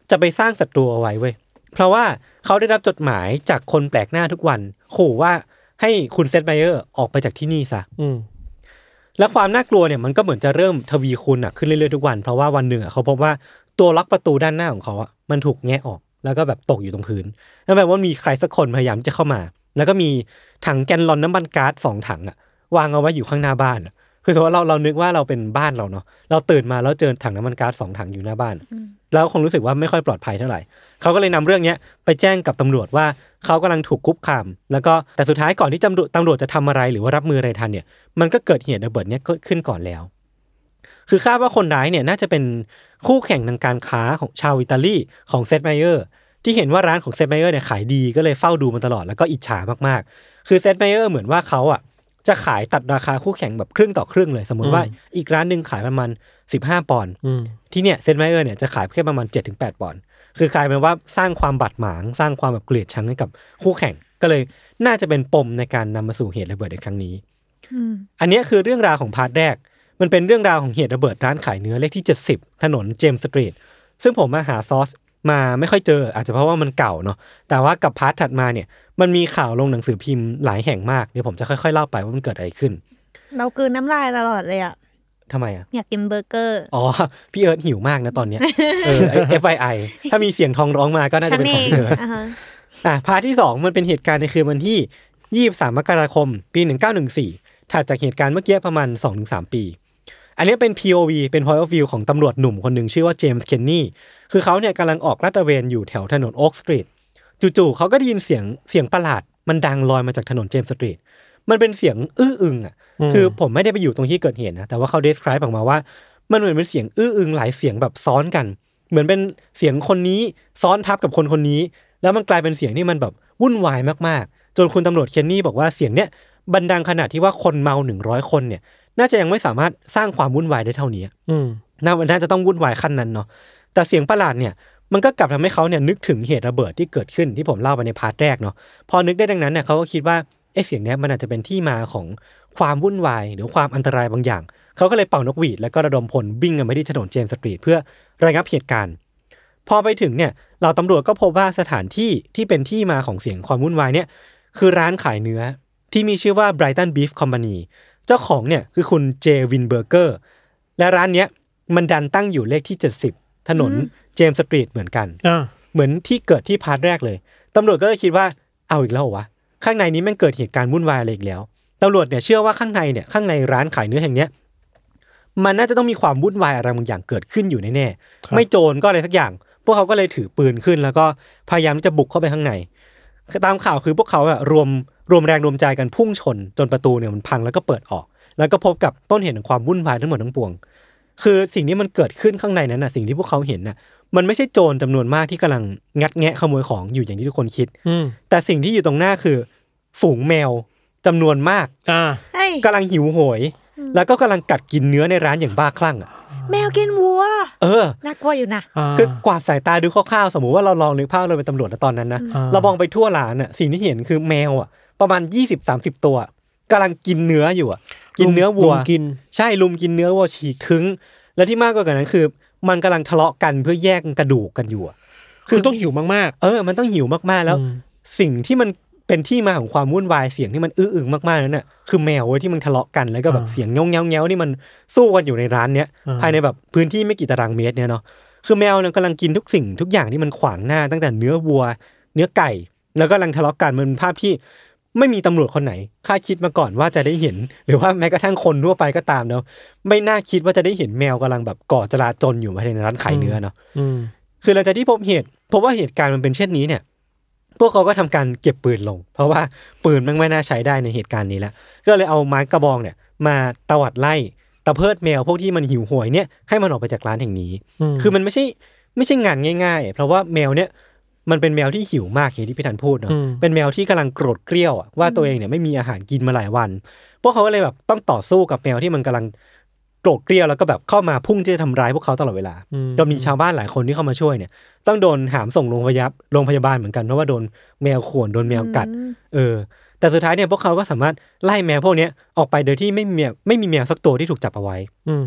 Speaker 4: จะไปสร้างศัตรูเอาไว้เว้ยเพราะว่าเขาได้รับจดหมายจากคนแปลกหน้าทุกวันขู่ว่าให้คุณเซธไมเออร์ออกไปจากที่นี่ซะและความน่ากลัวเนี่ยมันก็เหมือนจะเริ่มทวีคูณหนักขึ้นเรื่อยๆทุกวันเพราะว่าวันหนึ่งเขาพบว่าตัวล็อกประตูด้านหน้าของเขาอ่ะมันถูกแงะออกแล้วก็แบบตกอยู่ตรงพื้นนั่นแปลว่ามีใครสักคนพยายามจะเข้ามาแล้วก็มีถังแกนลอนน้ำมันก๊าซสองถังอ่ะวางเอาไว้อยู่ข้างหน้าบ้านคือถือว่าเราเรานึกว่าเราเป็นบ้านเราเนาะเราตื่นมาแล้วเจอถังน้ำมันก๊าซสองถังอยู่หน้าบ้านแล้วคงรู้สึกว่าไม่ค่อยปลอดภัยเท่าไหร่เขาก็เลยนำเรื่องนี้ไปแจ้งกับตำรวจว่าเขากำลังถูกคุกคามแล้วก็แต่สุดท้ายก่อนที่ตำรวจตำรวจจะทำอะไรหรือว่ารับมืออะไรทันเนี่ยมันก็เกิดเหตุระเบิดเนี้ยขึ้นก่อนแล้วคือคาดว่าคนร้ายเนี่ยน่าจะเป็นคู่แข่งทางการค้าของชาวอิตาลีของเซธไมเออร์ที่เห็นว่าร้านของเซธไมเออร์เนี่ยขายดีก็เลยเฝ้าดูมันตลอดแล้วก็อิจฉามากๆคือเซธไมเออร์เหมือนว่าเขาอ่ะจะขายตัดราคาคู่แข่งแบบครึ่งต่อครึ่งเลยสมมติว่าอีกร้านนึงขายประมาณสิบห้าปอนด์ที่เนี่ยเซธไมเออร์เนี่ยจะขายแค่ประมาณ เจ็ดถึงแปด ปอนด์คือกลายเป็นว่าสร้างความบาดหมางสร้างความแบบเกลียดชังให้กับคู่แข่งก็เลยน่าจะเป็นปมในการนำมาสู่เหตุระเบิดในครั้งนี้อันนี้คือเรื่องราวของพาร์ทแรกมันเป็นเรื่องราวของเหตุระเบิดร้านขายเนื้อเลขที่เจ็ดสิบถนนเจมส์สตรีทซึ่งผมมาหาซอสมาไม่ค่อยเจออาจจะเพราะว่ามันเก่าเนาะแต่ว่ากับพาร์ทถัดมาเนี่ยมันมีข่าวลงหนังสือพิมพ์หลายแห่งมากเดี๋ยวผมจะค่อยๆเล่าไปว่ามันเกิดอะไรขึ้น
Speaker 6: เรากลืนน้ำลายตลอดเลยอ่ะ
Speaker 4: ทำไมอ่ะ
Speaker 6: อยากกินเบอร์เกอร์
Speaker 4: อ๋อพี่เอิร์ธหิวมากนะตอนเนี้ยเออ เอฟ ไอ ไอ ถ้ามีเสียงทองร้องมาก็น่าจะเป็นของเอิร์ธอ่ะพาร์ทที่สองมันเป็นเหตุการณ์ในคืนวันที่ยี่สิบสามมกราคมปีหนึ่งเก้าหนึ่งสี่ถัดจากเหตุการณ์เมื่อกี้ประมาณ สองถึงสาม ปีอันนี้เป็น พี โอ วี เป็น point of view ของตำรวจหนุ่มคนหนึ่งชื่อว่าเจมส์เคนนี่คือเขาเนี่ยกำลังออกลาดตระเวนอยู่แถวถนนโอ๊กสตรีทจู่ๆเขาก็ได้ยินเสียงเสียงประหลาดมันดังลอยมาจากถนนเจมส์สตรีทมันเป็นเสียงอื้ออึงอ่ะคือผมไม่ได้ไปอยู่ตรงที่เกิดเหตุนะแต่ว่าเขา describe ออกมาว่ามันเหมือนเป็นเสียงอื้ออึงหลายเสียงแบบซ้อนกันเหมือนเป็นเสียงคนนี้ซ้อนทับกับคนคนนี้แล้วมันกลายเป็นเสียงที่มันแบบวุ่นวายมากๆจนคุณตำรวจเคนนี่บอกว่าเสียงเนี้ยบันดังขนาดที่ว่าคนเมาหนึ่งร้อยคนเนี่ยน่าจะยังไม่สามารถสร้างความวุ่นวายได้เท่านี้อืมน่าน่าจะต้องวุ่นวายขั้นนั้นเนาะแต่เสียงประหลาดเนี่ยมันก็กลับทำให้เขาเนี่ยนึกถึงเหตุระเบิดที่เกิดขึ้นที่ผมเล่าไปในพาร์ทแรกเนาะพอนึกได้ดังนั้นเนี่ยเขาก็คิดว่าไอ้เสียงนี้มันอาจจะเป็นที่มาของความวุ่นวายหรือความอันตรายบางอย่างเขาก็เลยเป่านกหวีดแล้วก็ระดมพลวิ่งกันไปที่ถนนเจมส์สตรีทเพื่อระงับเหตุการณ์พอไปถึงเนี่ยเราตำรวจก็พบว่าสถานที่ที่เป็นที่มาของเสียงความวุ่นวายเนี่ยคือร้านขายเนื้อที่มีชื่อว่า Brighton Beef Company เจ้าของเนี่ยคือคุณเจวินเบอร์เกอร์และร้านเนี้ยมันดันตั้งอยู่เลขที่เจ็ดสิบถนนเจมส์สตรีทเหมือนกันเหมือนที่เกิดที่พาร์ทแรกเลยตำรวจก็เลยคิดว่าเอาอีกแล้ววะข้างในนี้แม่งเกิดเหตุการณ์วุ่นวายอะไรอีกแล้วตำรวจเนี่ยเชื่อว่าข้างในเนี่ยข้างในร้านขายเนื้อแห่งเนี้ยมันน่าจะต้องมีความวุ่นวายอะไรบางอย่างเกิดขึ้นอยู่แน่ๆไม่โจรก็อะไรสักอย่างพวกเขาก็เลยถือปืนขึ้นแล้วก็พยายามที่จะบุกเข้าไปข้างในตามข่าวคือพวกเขาอะรวมรวมแรงรวมใจกันพุ่งชนจนประตูเนี่ยมันพังแล้วก็เปิดออกแล้วก็พบกับต้นเหตุของความวุ่นวายทั้งหมดทั้งปวงคือสิ่งนี้มันเกิดขึ้นข้างในนั้นน่ะสิ่งที่พวกเขาเห็นน่ะมันไม่ใช่โจรจำนวนมากที่กำลังงัดแงะขโมยของอยู่อย่างที่ทุกคนคิดแต่สิ่งที่อยู่ตรงหน้าคือฝูงแมวจำนวนมากกำลังหิวโหยแล้วก็กำลังกัดกินเนื้อในร้านอย่างบ้าคลั่งอ่ะ
Speaker 6: แมวกินวัว
Speaker 4: เออ
Speaker 6: น่ากลัวอยู่นะ
Speaker 4: คือกวาดสายตาดูคร่าวๆสมมุติว่าเราลองนึกภาพเราเป็นตำรวจในตอนนั้นนะเรามองไปทั่วร้านน่ะสิ่งที่เห็นคือแมวอ่ะประมาณ ยี่สิบถึงสามสิบ ตัวกำลังกินเนื้ออยู่อ่ะกินเนื้อวัว
Speaker 5: กิน
Speaker 4: ใช่ลุมกินเนื้อวัวฉีกถึงและที่มากกว่านั้นคือมันกำลังทะเลาะกันเพื่อแยกกระดูกกันอยู่
Speaker 5: คือต้องหิวมาก
Speaker 4: ๆเออมันต้องหิวมากๆแล้วสิ่งที่มันเป็นที่มาของความวุ่นวายเสียงที่มันอื้ออึงมากๆนั่นน่ะคือแมวเว้ยที่มันทะเลาะกันแล้วก็แบบเสียงเงี้ยวเงี้ยวนี่มันสู้กันอยู่ในร้านเนี้ยภายในแบบพื้นที่ไม่กี่ตารางเมตรเนี่ยเนาะคือแมวเนี่ยกำลังกินทุกสิ่งทุกอย่างที่มันขวางหน้าตั้งแต่เนื้อวัวเนื้อไก่แล้วก็กำลังทะเลาะกันมันเป็นภาพที่ไม่มีตำรวจคนไหนคาดคิดมาก่อนว่าจะได้เห็นหรือว่าแม้กระทั่งคนทั่วไปก็ตามเนาะไม่น่าคิดว่าจะได้เห็นแมวกำลังแบบก่อจลาจลอยู่ภายในร้านขายเนื้อเนาะคือหลังจากที่พบเหตุพบว่าเหตุการณ์มันเป็นเช่นนี้เนี่ยพวกเขาก็ทำการเก็บปืนลงเพราะว่าปืนมันไม่น่าใช้ได้ในเหตุการณ์นี้แล้วก็เลยเอาไม้กระบองเนี่ยมาตวัดไล่ตะเพิดแมวพวกที่มันหิวโหยเนี่ยให้มันออกไปจากร้านแห่งนี้คือมันไม่ใช่ไม่ใช่งานง่ายๆเพราะว่าแมวเนี่ยมันเป็นแมวที่หิวมากอย่างที่พี่ธันพูดเนาะเป็นแมวที่กำลังโกรธเกรี้ยวว่าตัวเองเนี่ยไม่มีอาหารกินมาหลายวันพวกเขาก็เลยแบบต้องต่อสู้กับแมวที่มันกำลังโกรธเกรี้ยวแล้วก็แบบเข้ามาพุ่งจะทำร้ายพวกเขาตลอดเวลาจนมีชาวบ้านหลายคนที่เข้ามาช่วยเนี่ยต้องโดนหามส่งโรงพยาบาลโรงพยาบาลเหมือนกันเพราะว่าโดนแมวข่วนโดนแมวกัดเออแต่สุดท้ายเนี่ยพวกเขาก็สามารถไล่แมวพวกนี้ออกไปโดยที่ไม่มีไม่มีแมวสักตัวที่ถูกจับเอาไว้พ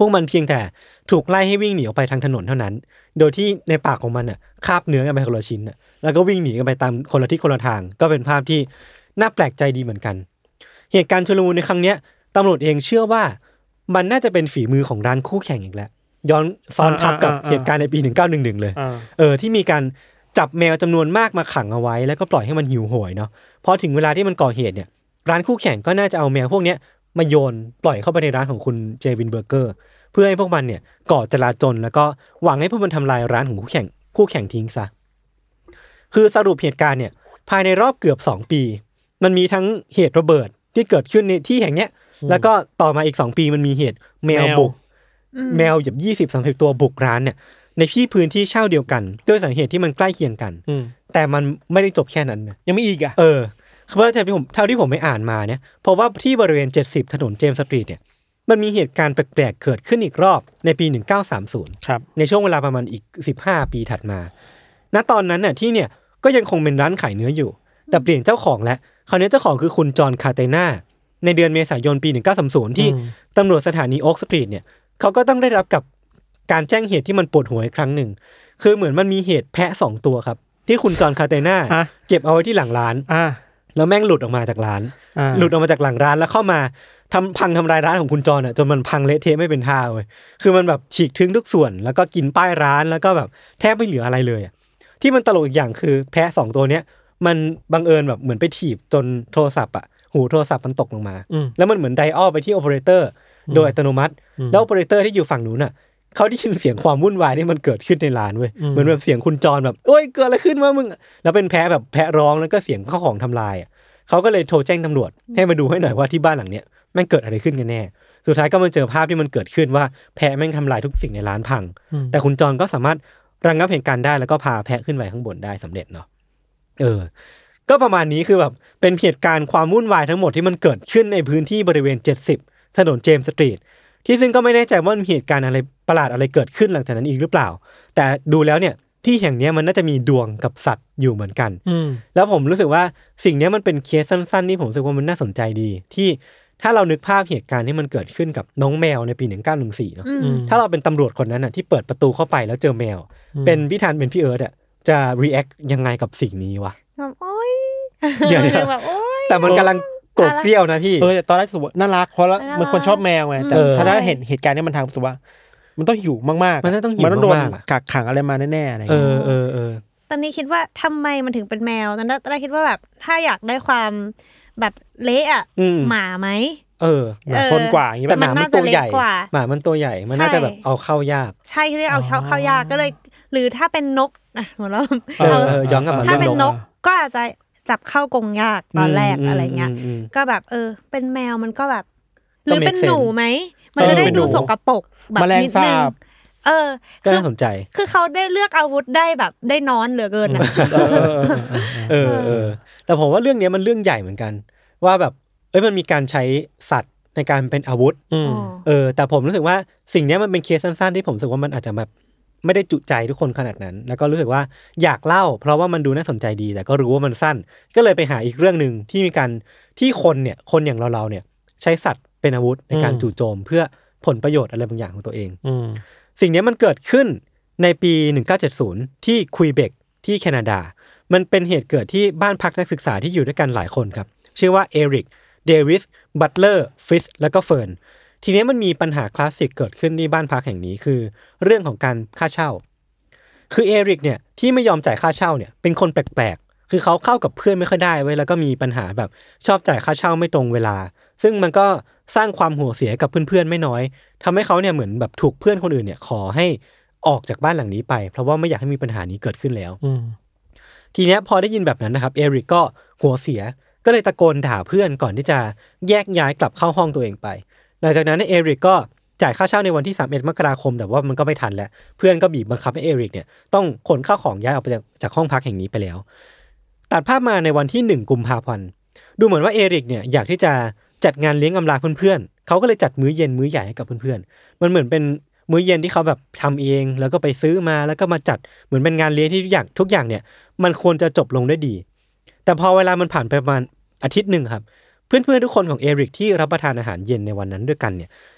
Speaker 4: วกมันเพียงแต่ถูกไล่ให้วิ่งหนีออกไปทางถนนเท่านั้นโดยที่ในปากของมันอ่ะคาบเนื้อกันไปคนละชิ้นอ่ะแล้วก็วิ่งหนีกันไปตามคนละทิศคนละทางก็เป็นภาพที่น่าแปลกใจดีเหมือนกันเหตุการณ์ชุลมุนในครั้งเนี้ยตำรวจเองเชื่อว่ามันน่าจะเป็นฝีมือของร้านคู่แข่งอีกแล้วย้อนซ้อนทับกับเหตุการณ์ในปีหนึ่งเก้าหนึ่งหนึ่งเลยเออที่มีการจับแมวจำนวนมากมาขังเอาไว้แล้วก็ปล่อยให้มันหิวโหยเนาะพอถึงเวลาที่มันก่อเหตุเนี่ยร้านคู่แข่งก็น่าจะเอาแมวพวกเนี้ยมาโยนปล่อยเข้าไปในร้านของคุณเจวินเบอร์เกอร์เพื่อให้พวกมันเนี่ยก่อจลาจลแล้วก็หวังให้พวกมันทำลายร้านของคู่แข่งคู่แข่งทิ้งซะคือสรุปเหตุการณ์เนี่ยภายในรอบเกือบสองปีมันมีทั้งเหตุระเบิดที่เกิดขึ้นในที่แห่งเนี้ยแล้วก็ต่อมาอีกสองปีมันมีเหตุแมวบุกแมวแบบยี่สิบ สามสิบตัวบุกร้านเนี่ยในที่พื้นที่เช่าเดียวกันด้วยสาเหตุที่มันใกล้เคียงกันแต่มันไม่ได้จบแค่นั้นนะ
Speaker 5: ยังไม่อีกอ่ะ
Speaker 4: เออเพราะที่ผมเท่าที่ผมไม่อ่านมาเนี่ยเพราะว่าที่บริเวณเจ็ดสิบถนนเจมส์สตรีทเนี่ยมันมีเหตุการณ์แปลกๆเกิดขึ้นอีกรอบในปีหนึ่งเก้าสามศูนย์
Speaker 5: ครับ
Speaker 4: ในช่วงเวลาประมาณอีกสิบห้าปีถัดมาณตอนนั้นน่ะที่เนี่ยก็ยังคงเป็นร้านขายเนื้ออยู่แต่เปลี่ยนเจ้าของแล้วคราวนี้เจ้าของคือคุณจอห์นคาเตน่าในเดือนเมษายนปีหนึ่งเก้าสามศูนย์ที่ตำรวจสถานีโอ๊คสตรีทเนี่ยเขาก็ต้องได้รับกับการแจ้งเหตุที่มันปวดหัวอีกครั้งหนึ่งคือเหมือนมันมีเหตุแพะสองตัวครับที่คุณจอห์นคาเตน่าเก็บเอาไว้ที่หลังร้านแล้วแม่งหลุดออกมาจากร้านหลุดออกมาจากหลังร้านแล้วเข้ามาทำพังทำลายร้านของคุณจรอ่ะจนมันพังเละเทะไม่เป็นท่าเว้ยคือมันแบบฉีกทิ้งทุกส่วนแล้วก็กินป้ายร้านแล้วก็แบบแทบไม่เหลืออะไรเลยอ่ะที่มันตลกอีกอย่างคือแพะสองตัวเนี้ยมันบังเอิญแบบเหมือนไปถีบจนโทรศัพท์อ่ะหูโทรศัพท์มันตกลงมาแล้วมันเหมือนไดออลไปที่โอเปอเรเตอร์โดยอัตโนมัติแล้วโอเปอเรเตอร์ที่อยู่ฝั่งนู้นอ่ะเขาได้ยินเสียงความวุ่นวายที่มันเกิดขึ้นในร้านเว้ยเหมือนแบบเสียงคุณจรแบบโอ๊ยเกิดอะไรขึ้นวะมึงแล้วเป็นแพะแบบแพะร้องแล้วก็เสียงข้าวของทำลายอ่ะเขาก็เลยโทรแจ้งตำรวจให้มาดูให้หน่อยว่าที่บ้านหลังเนี้ยแม่งเกิดอะไรขึ้นกันแน่สุดท้ายก็มาเจอภาพที่มันเกิดขึ้นว่าแพะแม่งทำลายทุกสิ่งในร้านพังแต่คุณจรก็สามารถระงับเหตุการณ์ได้แล้วก็พาแพะขึ้นไปข้างบนได้สำเร็จเนาะเออก็ประมาณนี้คือแบบเป็นเหตุการณ์ความวุ่นวายทั้งหมดที่มันเกิดขึ้นในพื้นที่บริเวณเจ็ดสิบถนนเจมส์สตรีทที่ซึ่งก็ไม่แน่ใจว่ามีเหตุการณ์อะไรประหลาดอะไรเกิดขึ้นหลังจากนั้นอีกหรือเปล่าแต่ดูแล้วเนี่ยที่แห่งนี้มันน่าจะมีดวงกับสัตว์อยู่เหมือนกันแล้วผมรู้สึกว่าสิ่งนี้มันเป็นเคสสั้นๆที่ผมรู้สึกว่ามันน่าสนใจดีที่ถ้าเรานึกภาพเหตุการณ์ที่มันเกิดขึ้นกับน้องแมวในปีหนึ่งเก้าหนึ่งสี่เนาะถ้าเราเป็นตำรวจคนนั้นน่ะที่เปิดประตูเข้าไปแล้วเจอแมวเป็นพี่ธันเป็นพี่เอิร์ธอ่ะจะรีแอคยังไงกับสิ่งนี้วะ
Speaker 6: แบบโอ๊ย
Speaker 4: เดี๋ยวๆแบบโอ๊ยแต่มันกำลังโกรธเกรี้ยวนะพี่
Speaker 5: เออแต่ตอนแรกรู้สึกว่าน่ารักเพราะมันคนชอบแมวไงแต่ถ้าได้เห็นเหตุการณ์นี้มันทำรู้สึกว่ามันต้องหิวมากๆ
Speaker 4: มันต้องหิว
Speaker 5: มันต้องโดน
Speaker 4: กั
Speaker 5: กขังอะไรมาแน่ๆอะไรอย่าง
Speaker 4: เงี้ยเออเออ
Speaker 6: ตอนนี้คิดว่าทำไมมันถึงเป็นแมวตอนแรกคิดว่าแบบถ้าอยากได้ความแบบเละอ่ะหมาไหม
Speaker 4: เออ
Speaker 5: หมาซนกว่าอย่างงี้
Speaker 4: แต่หมามันตัวใหญ่หมามันตัวใหญ่มันน่าจะแบบเอาเข้ายาก
Speaker 6: ใช่คือเอาเข้าเข้ายากก็เลยหรือถ้าเป็นนกอ่ะเหมือนเรา
Speaker 4: เออย้อนกลับมา
Speaker 6: ถ้าเป็นนกก็อาจจะจับเข้ากรงยากตอนแรกอะไรเงี้ยก็แบบเออเป็นแมวมันก็แบบหรือเป็นหนูไหมมันจะได้ดูสกปรกแบบนิดนึงเออ
Speaker 4: ก็น่าสนใจ
Speaker 6: คือเขาได้เลือกอาวุธได้แบบได้นอนเหลือเกินอ่ะ
Speaker 4: เออเออแต่ผมว่าเรื่องนี้มันเรื่องใหญ่เหมือนกันว่าแบบเอ้ยมันมีการใช้สัตว์ในการเป็นอาวุธเออแต่ผมรู้สึกว่าสิ่งนี้มันเป็นเคสสั้นๆที่ผมรู้สึกว่ามันอาจจะแบบไม่ได้จุใจทุกคนขนาดนั้นแล้วก็รู้สึกว่าอยากเล่าเพราะว่ามันดูน่าสนใจดีแต่ก็รู้ว่ามันสั้นก็เลยไปหาอีกเรื่องนึงที่มีการที่คนเนี่ยคนอย่างเราๆเนี่ยใช้สัตว์เป็นอาวุธในการจู่โจมเพื่อผลประโยชน์อะไรบางอย่างของตัวเองสิ่งนี้มันเกิดขึ้นในปีหนึ่งเก้าเจ็ดศูนย์ที่ควีเบกที่แคนาดามันเป็นเหตุเกิดที่บ้านพักนักศึกษาที่อยู่ด้วยกันหลายคนครับชื่อว่าเอริกเดวิสบัตเลอร์ฟิสแล้วก็เฟิร์นทีนี้มันมีปัญหาคลาสสิกเกิดขึ้นที่บ้านพักแห่งนี้คือเรื่องของการค่าเช่าคือเอริกเนี่ยที่ไม่ยอมจ่ายค่าเช่าเนี่ยเป็นคนแปลกๆคือเขาเข้ากับเพื่อนไม่ค่อยได้เว้ยแล้วก็มีปัญหาแบบชอบจ่ายค่าเช่าไม่ตรงเวลาซึ่งมันก็สร้างความหัวเสียกับเพื่อนๆไม่น้อยทำให้เขาเนี่ยเหมือนแบบถูกเพื่อนคนอื่นเนี่ยขอให้ออกจากบ้านหลังนี้ไปเพราะว่าไม่อยากให้มีปัญหานี้เกิดขึ้นแล้วทีเนี้ยพอได้ยินแบบนั้นนะครับเอริกก็หัวเสียก็เลยตะโกนด่าเพื่อนก่อนที่จะแยกย้ายกลับเข้าห้องตัวเองไปหลังจากนั้นเอริกก็จ่ายค่าเช่าในวันที่สามสิบเอ็ดมกราคมแต่ว่ามันก็ไม่ทันแล้วเพื่อนก็บีบบังคับให้เอริกเนี่ยต้องขนข้าวของย้ายออกไปจากจากห้องพักแห่งนี้ไปแล้วตัดภาพมาในวันที่หนึ่งกุมภาพันธ์ดูเหมือนว่าเอริกเนี่ยอยากที่จะจัดงานเลี้ยงอำลาเพื่อนๆเขาก็เลยจัดมื้อเย็นมื้อใหญ่ให้กับเพื่อนๆมันเหมือนเป็นมื้อเย็นที่เขาแบบทำเองแล้วก็ไปซื้อมาแล้วก็มาจัดเหมือนเป็นงานเลี้ยงที่ทุกอย่างทุกอย่างเนี่ยมันควรจะจบลงได้ดีแต่พอเวลามันผ่านไปประมาณอาทิตย์นึงครับเพื่อนๆทุกคนของเอริกที่รับประทานอาหารเย็นในวันนั้นด้วยกันเนี่ย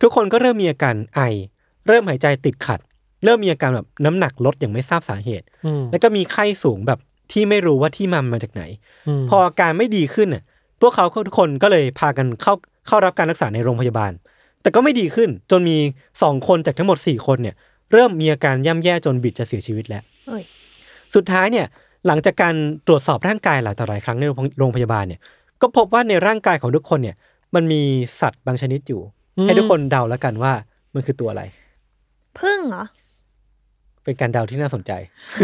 Speaker 4: ทุกคนก็เริ่มมีอาการไอเริ่มหายใจติดขัดเริ่มมีอาการแบบน้ำหนักลดอย่างไม่ทราบสาเหตุแล้วก็มีไข้สูงแบบที่ไม่รู้ว่าที่มามาจากไหนพออาการไม่ดีขึ้นน่ะพวกเขาทุกคนก็เลยพากันเข้าเข้ารับการรักษาในโรงพยาบาลแต่ก็ไม่ดีขึ้นจนมีสองคนจากทั้งหมดสี่คนเนี่ยเริ่มมีอาการย่ำแย่จนบิดจะเสียชีวิตแล้วสุดท้ายเนี่ยหลังจากการตรวจสอบร่างกายหลายต่อหลายครั้งในโรงพยาบาลเนี่ยก็พบว่าในร่างกายของทุกคนเนี่ยมันมีสัตว์บางชนิดอยู่ให้ทุกคนเดาแล้วกันว่ามันคือตัวอะไร
Speaker 6: ผึ้งเหรอ
Speaker 4: เป็นการเดาที่น่าสนใจ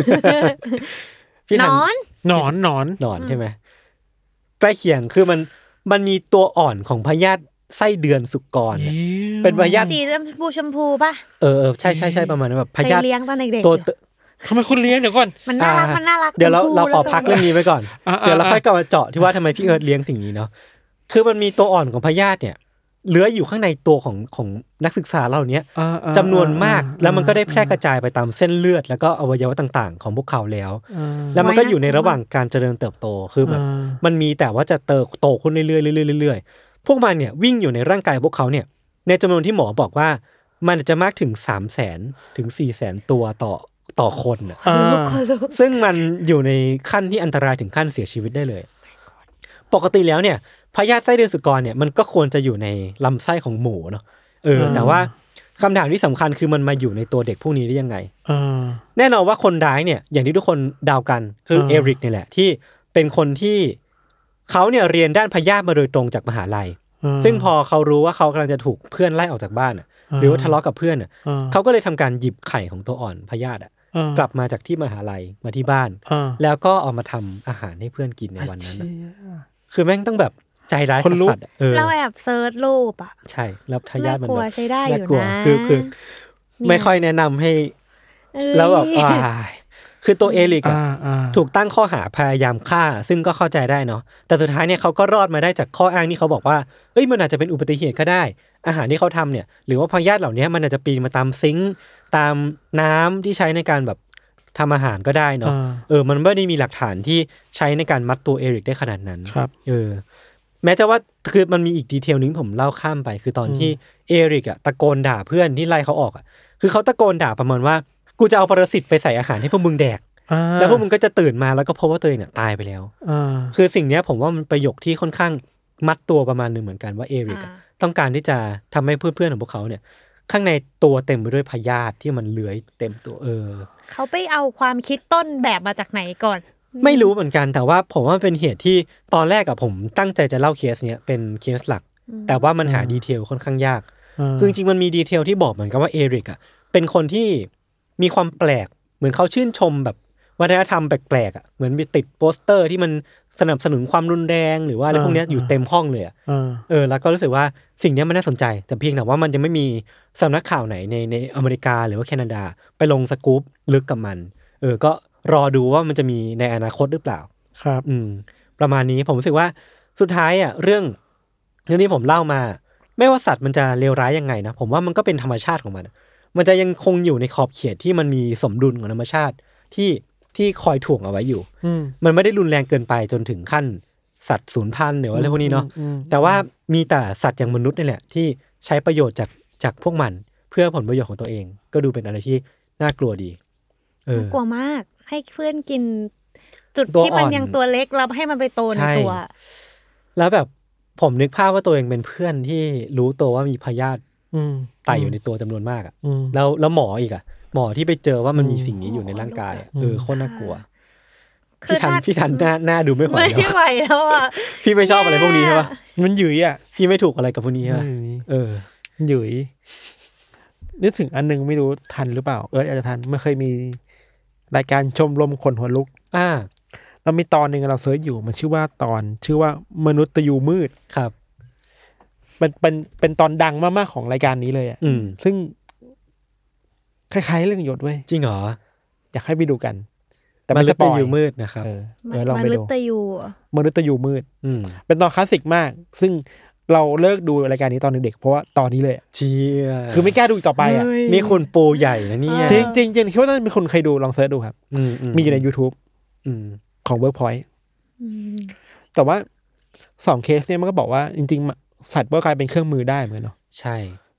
Speaker 6: นอน
Speaker 5: นอนนอน
Speaker 4: นอนใช่ไหมใกล้เคียงคือมันมันมีตัวอ่อนของพยาธิไส้เดือนสุกรเนี่ยเป็นพยาธิ
Speaker 6: สีชมพูชมพูป่ะ
Speaker 4: เออใช่ใช่ใช่ประมาณนั้นแบบพยาธิ
Speaker 6: เลี้ยงตอนเด็ก
Speaker 4: ๆตัว
Speaker 5: ทำไมคุณเลี้ยงเดี๋ยวก่อน
Speaker 6: มันน่ารักมันน่ารัก
Speaker 4: เดี๋ยวเราเราขอพักเรื่องนี้ไว้ก่อนเดี๋ยวเราค่อยกลับมาเจาะที่ว่าทำไมพี่เอิร์ธเลี้ยงสิ่งนี้เนาะคือมันมีตัวอ่อนของพยาธิเนี่ยเลื้อยอยู่ข้างในตัวของของนักศึกษาเหล่านี้จำนวนมากแล้วมันก็ได้แพร่กระจายไปตามเส้นเลือดแล้วก็อวัยวะต่างๆของพวกเขาแล้วแล้วมันก็อยู่ในระหว่างการเจริญเติบโตคือแบบมันมีแต่ว่าจะเติบโตขึ้นเรื่อยๆเรื่อยๆเรื่อยๆพวกมันเนี่ยวิ่งอยู่ในร่างกายพวกเขาเนี่ยในจำนวนที่หมอบอกว่ามันจะมากถึง สามแสน ถึง สี่แสน ตัวต่อต่อคนน่ะซึ่งมันอยู่ในขั้นที่อันตรายถึงขั้นเสียชีวิตได้เลยปกติแล้วเนี่ยพยาธิไส้เดือนสุกรเนี่ยมันก็ควรจะอยู่ในลำไส้ของหมูเนาะเออแต่ว่าคำถามที่สำคัญคือมันมาอยู่ในตัวเด็กพวกนี้ได้ยังไงแน่นอนว่าคนร้ายเนี่ยอย่างที่ทุกคนเดากันคือเอริกนี่แหละที่เป็นคนที่เขาเนี่ยเรียนด้านพยาธิมาโดยตรงจากมหาลัยซึ่งพอเขารู้ว่าเขากำลังจะถูกเพื่อนไล่ออกจากบ้านหรือว่าทะเลาะกับเพื่อนเขาก็เลยทำการหยิบไข่ของตัวอ่อนพยาธิกลับมาจากที่มหาลัยมาที่บ้านแล้วก็เอามาทำอาหารให้เพื่อนกินในวันนั้นคือแม่งต้องแบบใจร้ายสัสๆเออ
Speaker 6: เราแอบเซิร์ชรูปอ่ะ
Speaker 4: ใช่แล้วทายาทมันแบบ
Speaker 6: ใช้ได้อยู่นะ
Speaker 4: คือคือไม่ค่อยแนะนำให้แล้วแบบอ่าคือตัวเอริกอ่ะถูกตั้งข้อหาพยายามฆ่าซึ่งก็เข้าใจได้เนาะแต่สุดท้ายเนี่ยเขาก็รอดมาได้จากข้ออ้างที่เขาบอกว่าเอ้ยมันอาจจะเป็นอุบัติเหตุก็ได้อาหารที่เขาทำเนี่ยหรือว่าพยาธิเหล่านี้มันอาจจะปีนมาตามซิงค์ตามน้ำที่ใช้ในการแบบทำอาหารก็ได้เนาะเออมันไม่ได้มีหลักฐานที่ใช้ในการมัดตัวเอริกได้ขนาดนั้นเออแม้จะว่าคือมันมีอีกดีเทลนึงผมเล่าข้ามไปคือตอนที่เอริกอ่ะตะโกนด่าเพื่อนที่ไล่เขาออกอ่ะคือเขาตะโกนด่าประมาณว่ากูจะเอาปรสิตไปใส่อาหารให้พวกมึงแดกแล้วพวกมึงก็จะตื่นมาแล้วก็พบว่าตัวเองเนี่ยตายไปแล้วคือสิ่งนี้ผมว่ามันประโยคที่ค่อนข้างมัดตัวประมาณนึงเหมือนกันว่าเอริกต้องการที่จะทำให้เพื่อนๆของพวกเขาเนี่ยข้างในตัวเต็มไปด้วยพยาธิที่มันเลื้อยเต็มตัวเออ
Speaker 6: เขาไปเอาความคิดต้นแบบมาจากไหนก่อน
Speaker 4: ไม่รู้เหมือนกันแต่ว่าผมว่าเป็นเหตุที่ตอนแรกอะผมตั้งใจจะเล่าเคสเนี้ยเป็นเคสหลักแต่ว่ามันหาดีเทลค่อนข้างยากคือจริงๆมันมีดีเทลที่บอกเหมือนกันว่าเอริกอะเป็นคนที่มีความแปลกเหมือนเขาชื่นชมแบบวัฒนธรรมแปลกๆอะเหมือนมีติดโปสเตอร์ที่มันสนับสนุนความรุนแรงหรือว่าอะไรพวกนี้อยู่เต็มห้องเลยอะเออแล้วก็รู้สึกว่าสิ่งนี้มันน่าสนใจแต่เพียงแต่ว่ามันยังไม่มีสำนักข่าวไหนในในอเมริกาหรือว่าแคนาดาไปลงสกู๊ปลึกกับมันเออก็รอดูว่ามันจะมีในอนาคตหรือเปล่า
Speaker 5: ครับ
Speaker 4: อืมประมาณนี้ผมรู้สึกว่าสุดท้ายอ่ะเรื่องเรื่องนี้ผมเล่ามาไม่ว่าสัตว์มันจะเลวร้ายยังไงนะผมว่ามันก็เป็นธรรมชาติของมันมันจะยังคงอยู่ในขอบเขตที่มันมีสมดุลของธรรมชาติที่ที่คอยถ่วงเอาไว้อยู่มันไม่ได้รุนแรงเกินไปจนถึงขั้นสัตว์สูญพันธุ์หรืออะไรพวกนี้เนาะแต่ว่ามีแต่สัตว์อย่างมนุษย์นี่แหละที่ใช้ประโยชน์จากจากพวกมันเพื่อผลประโยชน์ของตัวเองก็ดูเป็นอะไรที่น่ากลัวดี
Speaker 6: เออกลัวมากให้เพื่อนกินจุดที่มันยังตัวเล็กแล้วให้มันไปโตในตัว
Speaker 4: แล้วแบบผมนึกภาพว่าตัวเองเป็นเพื่อนที่รู้ตัวว่ามีพยาธิไต่อยู่ในตัวจำนวนมากอ่ะแล้วแล้วหมออีกอ่ะหมอที่ไปเจอว่ามันมีสิ่งนี้อยู่ในร่างกายเออโคตรน่ากลัวพี่ทันพี่ทันหน้าหน้าดูไม่ไหวแล้ว
Speaker 6: ไม่ไหวแล้วอ่ะ
Speaker 4: พี่ไม่ชอบอะไรพวกนี้ใช่ป่ะ
Speaker 5: มันหยุ่ยอ่ะ
Speaker 4: พี่ไม่ถูกอะไรกับพวกนี้ใช่ป่ะเออ
Speaker 5: หยุ่ยนึกถึงอันนึงไม่รู้ทันหรือเปล่าเอออาจจะทันไม่เคยมีรายการชมรมคนหัวลุก
Speaker 4: อ่า
Speaker 5: เรามีตอนหนึ่งเราเสิร์ชอยู่มันชื่อว่าตอนชื่อว่ามนุษย์ตะยูมืด
Speaker 4: ครับ
Speaker 5: เป็นเป็นเป็นตอนดังมากๆของรายการนี้เลยอ่ะซึ่งคล้ายๆเรื่องหยดเว้ย
Speaker 4: จริงเหรอ
Speaker 5: อยากให้ไปดูกัน
Speaker 4: แต่มนุษย์ตะยูมืดนะครับ
Speaker 6: เออลองไปดูมนุษย์ตะยู
Speaker 5: มนุษย์ตะยูมืดเป็นตอนคลาสสิกมากซึ่งเราเลิกดูรายการนี้ตอนเด็กๆเพราะว่าตอนนี้เลย
Speaker 4: เชี่ย
Speaker 5: คือไม่กล้าดูอีกต่อไปอ่ะ
Speaker 4: นี่คนปูใหญ่นะเนี่ย
Speaker 5: จริงจริงจริงคิดว่าต้องเป็นคนเคยดูลองเสิร์ชดูครับมีอยู่ใน YouTube ของ Workpoint แต่ว่าสองเคสเนี่ยมันก็บอกว่าจริงๆสัตว์ก็กลายเป็นเครื่องมือได้เหมือนกันเนาะ
Speaker 4: ใช่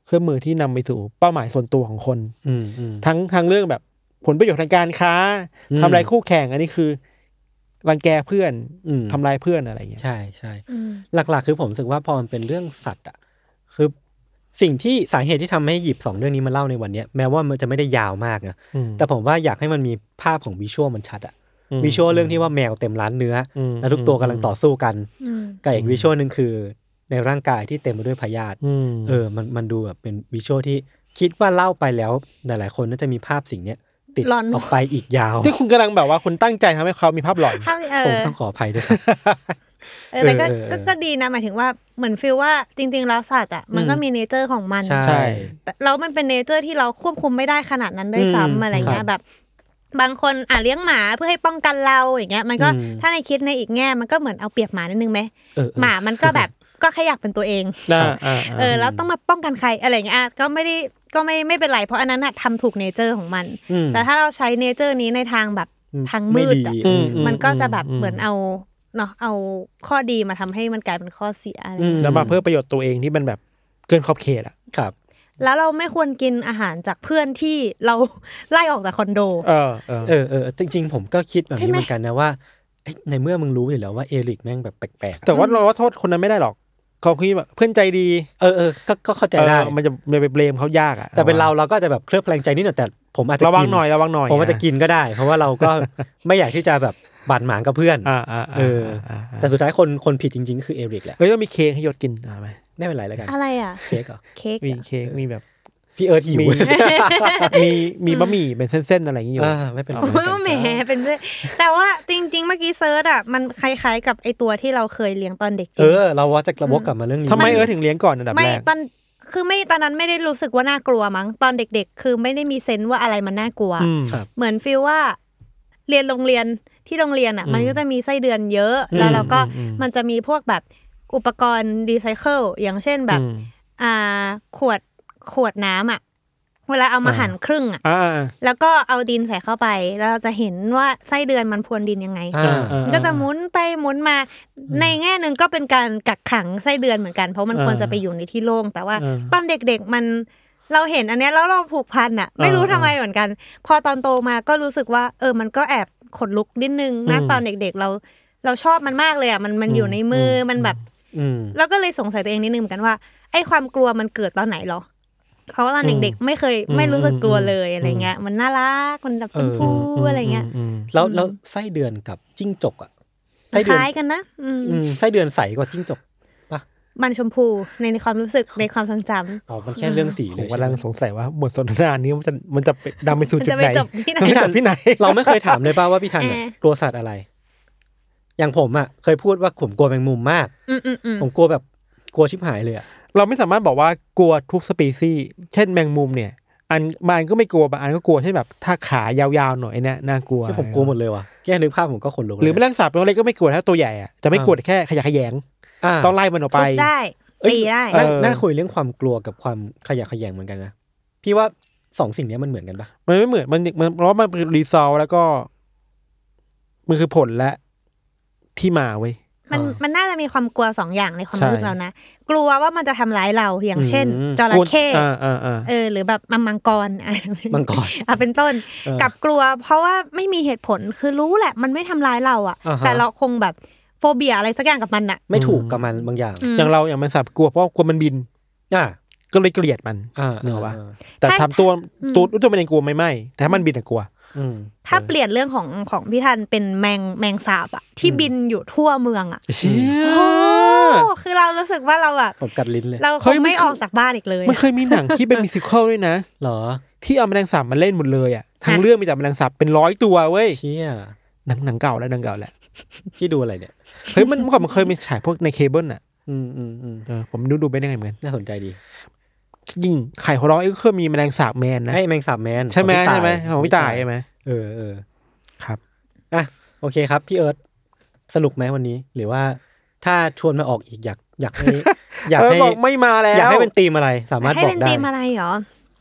Speaker 5: เครื่องมือที่นำไปสู่เป้าหมายส่วนตัวของคน
Speaker 4: อืมอืม
Speaker 5: ทั้งทั้งเรื่องแบบผลประโยชน์ทางการค้า
Speaker 4: อืม
Speaker 5: ทำลายคู่แข่งอันนี้คือรังแกเพื่อน
Speaker 4: อืม
Speaker 5: ทำลายเพื่อนอะไรอย่างเงี้ย
Speaker 4: ใช่ใช่
Speaker 6: อืม
Speaker 4: หลักๆคือผมรู้สึกว่าพอมันเป็นเรื่องสัตว์อ่ะคือสิ่งที่สาเหตุที่ทำให้หยิบสองเรื่องนี้มาเล่าในวันเนี้ยแม้ว่ามันจะไม่ได้ยาวมากนะ
Speaker 5: อืม
Speaker 4: แต่ผมว่าอยากให้มันมีภาพของวิชวลมันชัดอ่ะ
Speaker 5: อืม
Speaker 4: วิชวลเรื่องที่ว่าแมวเต็มร้านเนื้ออ
Speaker 5: ม
Speaker 4: แล้วทุกตัวกำลังต่อสู้กัน
Speaker 6: อืม
Speaker 4: กับอีกวิชวลหนึ่งคือในร่างกายที่เต็มไปด้วยพยาธิ
Speaker 5: อืม
Speaker 4: เออมันมันดูแบบเป็นวิชวลที่คิดว่าเล่าไปแล้วหลายๆคนน่าจะมีภาพสิ่งเนี้ยติด
Speaker 6: หลอน
Speaker 4: ออกไปอีกยาว
Speaker 5: ที่คุณกำลังแบบว่าคุณตั้งใจทำให้เขามีภาพหลอน
Speaker 6: ถ้าเอ
Speaker 4: ผม
Speaker 6: อ
Speaker 4: ต้องขออภัยด้วยครับ
Speaker 6: เออแต่ก็
Speaker 4: เออเออ
Speaker 6: ก็ก็ดีนะหมายถึงว่าเหมือนฟีลว่าจริง ๆ แล้วสัตว์อ่ะมันก็มีเนเจอร์ของมัน
Speaker 4: ใช่
Speaker 5: ใช่
Speaker 6: แต่แล้วมันเป็นเนเจอร์ที่เราควบคุมไม่ได้ขนาดนั้นด้วย
Speaker 4: อืม
Speaker 6: ซ้ำอะไรเงี้
Speaker 4: ครั
Speaker 6: ย
Speaker 4: บ
Speaker 6: แบบ บางคนอ่ะเลี้ยงหมาเพื่อให้ป้องกันเราอย่างเงี้ย มันก็
Speaker 4: อืม
Speaker 6: ถ้าในคิดในอีกแง่มันก็เหมือนเอาเปรียบหมานิดนึงไหม
Speaker 4: เออเออ
Speaker 6: หมามันก็แบบก็แค่อยากเป็นตัวเอง
Speaker 5: อ่าอ่า
Speaker 6: เออแล้วต้องมาป้องกันใครอะไรเงี้ยอ่ะก็ไม่ได้ก็ไม่ไม่เป็นไรเพราะอันนั้นอ่ะทำถูกเนเจอร์ของมัน
Speaker 4: อืม
Speaker 6: แต่ถ้าเราใช้เนเจอร์นี้ในทางแบบทางมืด
Speaker 4: ไดี
Speaker 6: อ่ะ
Speaker 4: อืม
Speaker 6: มันก็จะแบบเหมือนเอาเนาะเอาข้อดีมาทำให้มันกลายเป็นข้อเสียอะไร
Speaker 4: อืม
Speaker 5: แล้วมาเพื่อประโยชน์ตัวเองที่มันแบบเกินขอบเขตอ่ะ
Speaker 4: ครับ
Speaker 6: แล้วเราไม่ควรกินอาหารจากเพื่อนที่เรา ไล่ออกจากคอนโด
Speaker 5: เออเออ
Speaker 4: เออเออจริงๆผมก็คิดแบบ
Speaker 6: ใช่
Speaker 4: นี้
Speaker 6: ไหม
Speaker 4: เหมือนกันนะว่าเอ้ยในเมื่อมึงรู้อยู่แล้วว่าเอริกแม่งแบบแปลกๆ
Speaker 5: แต่
Speaker 4: อะ
Speaker 5: ว่าเราว่าโทษคนนั้นไม่ได้หรอกเขาคือแบบเพื่อนใจดี
Speaker 4: เออเออก็ก็เข้าใจ
Speaker 5: เออ
Speaker 4: ได้
Speaker 5: มันจะมันไปเบลมเขายากอ่ะ
Speaker 4: แต่เป็นเราเราก็จะแบบเคลือบแคลงใจนิดหน่อยแต่ผมอาจจะ
Speaker 5: ระวัง
Speaker 4: กิน
Speaker 5: หน่อยระวังหน่อย
Speaker 4: ผมอาจจะกินก็ได้ เพราะว่าเราก็ ไม่อยากที่จะแบบบาดหมางกับเพื่อน
Speaker 5: อ่าอ่า
Speaker 4: เออ แต่สุดท้ายคนคนผิดจริงๆก็คือเอริกแหละ
Speaker 5: เฮ้ยต้องมีเค้กให้ยศกินอ่าไหม
Speaker 4: ไม่เป็นไรแล้วกัน
Speaker 6: อะไรอ่ะ
Speaker 4: เค้กเหรอ
Speaker 6: เค้ก
Speaker 5: มี
Speaker 6: เหรอ
Speaker 5: เค้กมีแบบ
Speaker 4: พี่เอิร์ธหิว
Speaker 5: มี มีมีบะหมี่เป็นเส้นๆอะไรอย่างเงี้ยอยู่
Speaker 4: อ่าไม่เป็นไร
Speaker 6: โอ้ยแหมเป็นเรื่องแต่ว่าจริง ๆ เมื่อกี้เซิร์ชอ่ะมันคล้ายๆกับไอตัวที่เราเคยเลี้ยงตอนเด็กจ
Speaker 4: เอ
Speaker 6: ริง
Speaker 4: อ เราว่าจะกระวกกลับมาเรื่องนี้
Speaker 5: ทำไมเออถึงเลี้ยงก่อนอันดับ
Speaker 6: ไม่
Speaker 5: แรก
Speaker 6: ตอนคือไม่ตอนนั้นไม่ได้รู้สึกว่าน่ากลัวมั้งตอนเด็ก ๆ คือไม่ได้มีเซนส์ว่าอะไรมันน่ากลัว
Speaker 5: อืม
Speaker 4: ครับ
Speaker 6: เหมือนฟีลว่าเรียนโรงเรียนที่โรงเรียนอ่ะมันก็จะมีไส้เดือนเยอะ แล้วเราก็มันจะมีพวกแบบอุปกรณ์รีไซเคิลอย่างเช่นแบบ
Speaker 5: อืม
Speaker 6: อ่าขวดขวดน้ำอ่ะเวลาเอามาหั่นครึ่งอ่ะ
Speaker 5: อ่า
Speaker 6: แล้วก็เอาดินใส่เข้าไปแล้วเราจะเห็นว่าไส้เดือนมันพรวนดินยังไง
Speaker 4: อ่า
Speaker 6: มันก็จะหมุนไปหมุนมาในแง่หนึ่งก็เป็นการกักขังไส้เดือนเหมือนกันเพราะมันควรจะไปอยู่ในที่โล่งแต่ว่าตอนเด็กๆมันเราเห็นอันเนี้ยแล้วเราผูกพันอ่ะไม่รู้ทำไมเหมือนกัน พอตอนโตมาก็รู้สึกว่าเออมันก็แอบขนลุกนิดนึงนะตอนเด็กๆเราเราชอบมันมากเลยอ่ะมันมันอยู่ในมือมันแบบ
Speaker 4: อืม
Speaker 6: แล้วก็เลยสงสัยตัวเองนิดนึงเหมือนกันว่าไอ้ความกลัวมันเกิดตอนไหนหรอเพราะว่าตอนเด็กๆไม่เคยไม่รู้สึกกลัวเลยอะไรเงี้ยมันน่ารักมันแบบชมพูอะไรเงี้ย
Speaker 4: แล้วแล้วไส้เดือนกับจิ้งจกอ่ะไส้
Speaker 6: ค
Speaker 4: เดือน
Speaker 6: ล้ายกันนะอืม
Speaker 4: อืมไส้เดือนใสกว่าจิ้งจกปะ
Speaker 6: มันชมพูในในความรู้สึกในความทรงจ
Speaker 4: อ๋อมันแค่เรื่องสี
Speaker 5: ผ
Speaker 4: เล
Speaker 5: ม
Speaker 4: ย
Speaker 5: กำลังสงสัยว่าบทสนทนานี้มันจะมันจะดำไป
Speaker 6: ำ
Speaker 5: สู่
Speaker 6: มัน
Speaker 5: จุ
Speaker 6: จะ
Speaker 5: ด
Speaker 6: ไป
Speaker 5: ไหน
Speaker 6: จบที่ไหน
Speaker 5: พี่ทันพี่ไหน
Speaker 4: เราไม่เคยถามเลยป่าว่าพี่ทันอะ
Speaker 6: เออ
Speaker 4: กลัวสัตว์อะไร อย่างผมอ่ะเคยพูดว่าผมกลัวแมงมุมมาก
Speaker 6: อืมอืมอืม
Speaker 4: ผมกลัวแบบกลัวชิบหายเลยอ่ะ
Speaker 5: เราไม่สามารถบอกว่ากลัวทุกสปีซี่เช่นแมงมุมเนี่ย อันบางอันก็ไม่กลัวบางอันก็กลัวเช่นแบบถ้าขายาวๆหน่อยเนี่ยน่ากลัว
Speaker 4: ที่ผมกลัวหมดเลยว่ะแค่นึกภาพผมก็ขนลุก
Speaker 5: หรือแมลงสาบตัวเล็กก็ไม่กลัวถ้าตัวใหญ่อะจะไม่กลัวแต่แค่ขยะแขยง
Speaker 4: อ่า
Speaker 5: ต้องไล่มันออกไป
Speaker 6: ทุบได้
Speaker 4: เอ้ย
Speaker 6: ตีได้
Speaker 4: น่า
Speaker 5: เออ
Speaker 4: น่าคุยเรื่องความกลัวกับความขยะแขยงเหมือนกันนะพี่ว่าสองสิ่งเนี้ยมันเหมือนกันปะ
Speaker 5: มันไม่เหมือนมันมันเพราะว่ามันเป็นรีซอลแล้วก็มันคือผลและที่มาเว้ย
Speaker 6: มันมันน่าจะมีความกลัวสองอย่างในความ
Speaker 5: ใช่
Speaker 6: รู้สึกเรานะกลัวว่ามันจะทำร้ายเราอย่างเช่นจระเข้
Speaker 5: อ่าอ่าอ่า
Speaker 6: เออหรือแบบมังกรอ่ะ
Speaker 4: มังกร
Speaker 6: อ่ะเป็นต้น
Speaker 4: เออ
Speaker 6: กับกลัวเพราะว่าไม่มีเหตุผลคือรู้แหละมันไม่ทำร้ายเราอ่ะ
Speaker 4: อ่าฮะ
Speaker 6: แต่เราคงแบบโฟเบียอะไรสักอย่างกับมันอ่ะ
Speaker 4: ไม่ถูกกับมันบางอย่าง
Speaker 6: อืม
Speaker 5: อย่างเราอย่างมันสับกลัวเพราะว่ากลัวมันบิน
Speaker 4: อ่า
Speaker 5: ก็เลยเกลียดมัน
Speaker 4: อ่า
Speaker 5: เนกอะวะ
Speaker 4: อ่า
Speaker 5: แต่
Speaker 6: ถ้า
Speaker 5: ทำตัว
Speaker 6: อืม
Speaker 5: ตัวตัวมันเองกลัวไม่ไม่แต่ถ้ามันบินอะกลัว
Speaker 4: อืม
Speaker 6: ถ้าเปลี่ยนเรื่องของของพี่ทันเป็นแมงแมงสาบอ่ะที่บินอยู่ทั่วเมืองอ่ะ
Speaker 5: เชี่ย
Speaker 6: โอ้คือเรารู้สึกว่าเราอ่ะ
Speaker 4: ผมกัดลิ้นเลย
Speaker 6: เราค
Speaker 5: เฮ้
Speaker 6: ง
Speaker 5: ยมัน
Speaker 6: ไม่
Speaker 5: คือ
Speaker 6: ออกจากบ้านอีกเลย
Speaker 5: มันเคยมีหนังที่เป็นมิวสิควลด้วยนะ
Speaker 4: เหรอ
Speaker 5: ที่เอาแมลงสาบมาเล่นหมดเลยอ่ะทั้งเรื่องมีแต่แมลงสาบเป็นร้อยตัวเว้ย
Speaker 4: เชี่ย
Speaker 5: หนังหนังเก่าแล้วหนังเก่าแล้ว
Speaker 4: พี่ดูอะไรเนี่ย
Speaker 5: เฮ้ยมันเมื่อก่อนมันเคยมีฉายพวกในเคเบิลอ่ะ
Speaker 4: อืมอืมอืม
Speaker 5: เออผมดูดูไม่ได้ไงเหมือนกัน
Speaker 4: น่าสนใจดี
Speaker 5: ยิ่งไข่หัวเราะก็เคยมีแมลงสาบแมนนะ
Speaker 4: ให้แมงสาบแมน
Speaker 5: ใช่ไหม
Speaker 4: ของพี่
Speaker 5: ใช่ไหม
Speaker 4: ต่าย
Speaker 5: ของพี่ตายใช่ไหม
Speaker 4: เออเออ
Speaker 5: ครับ
Speaker 4: อ่ะโอเคครับ พี่เอิร์ธสนุกไหมวันนี้ หรือว่าถ้าชวนมาออกอีกอยากอยากให้ อยาก
Speaker 5: เออ
Speaker 4: ให้
Speaker 5: บอกไม่มาแล้ว
Speaker 4: อยากให้เป็นธีมอะไร สามารถ
Speaker 6: ให้
Speaker 4: บอก
Speaker 6: เป็น
Speaker 4: ได้
Speaker 6: ธีมอะไรเหรอ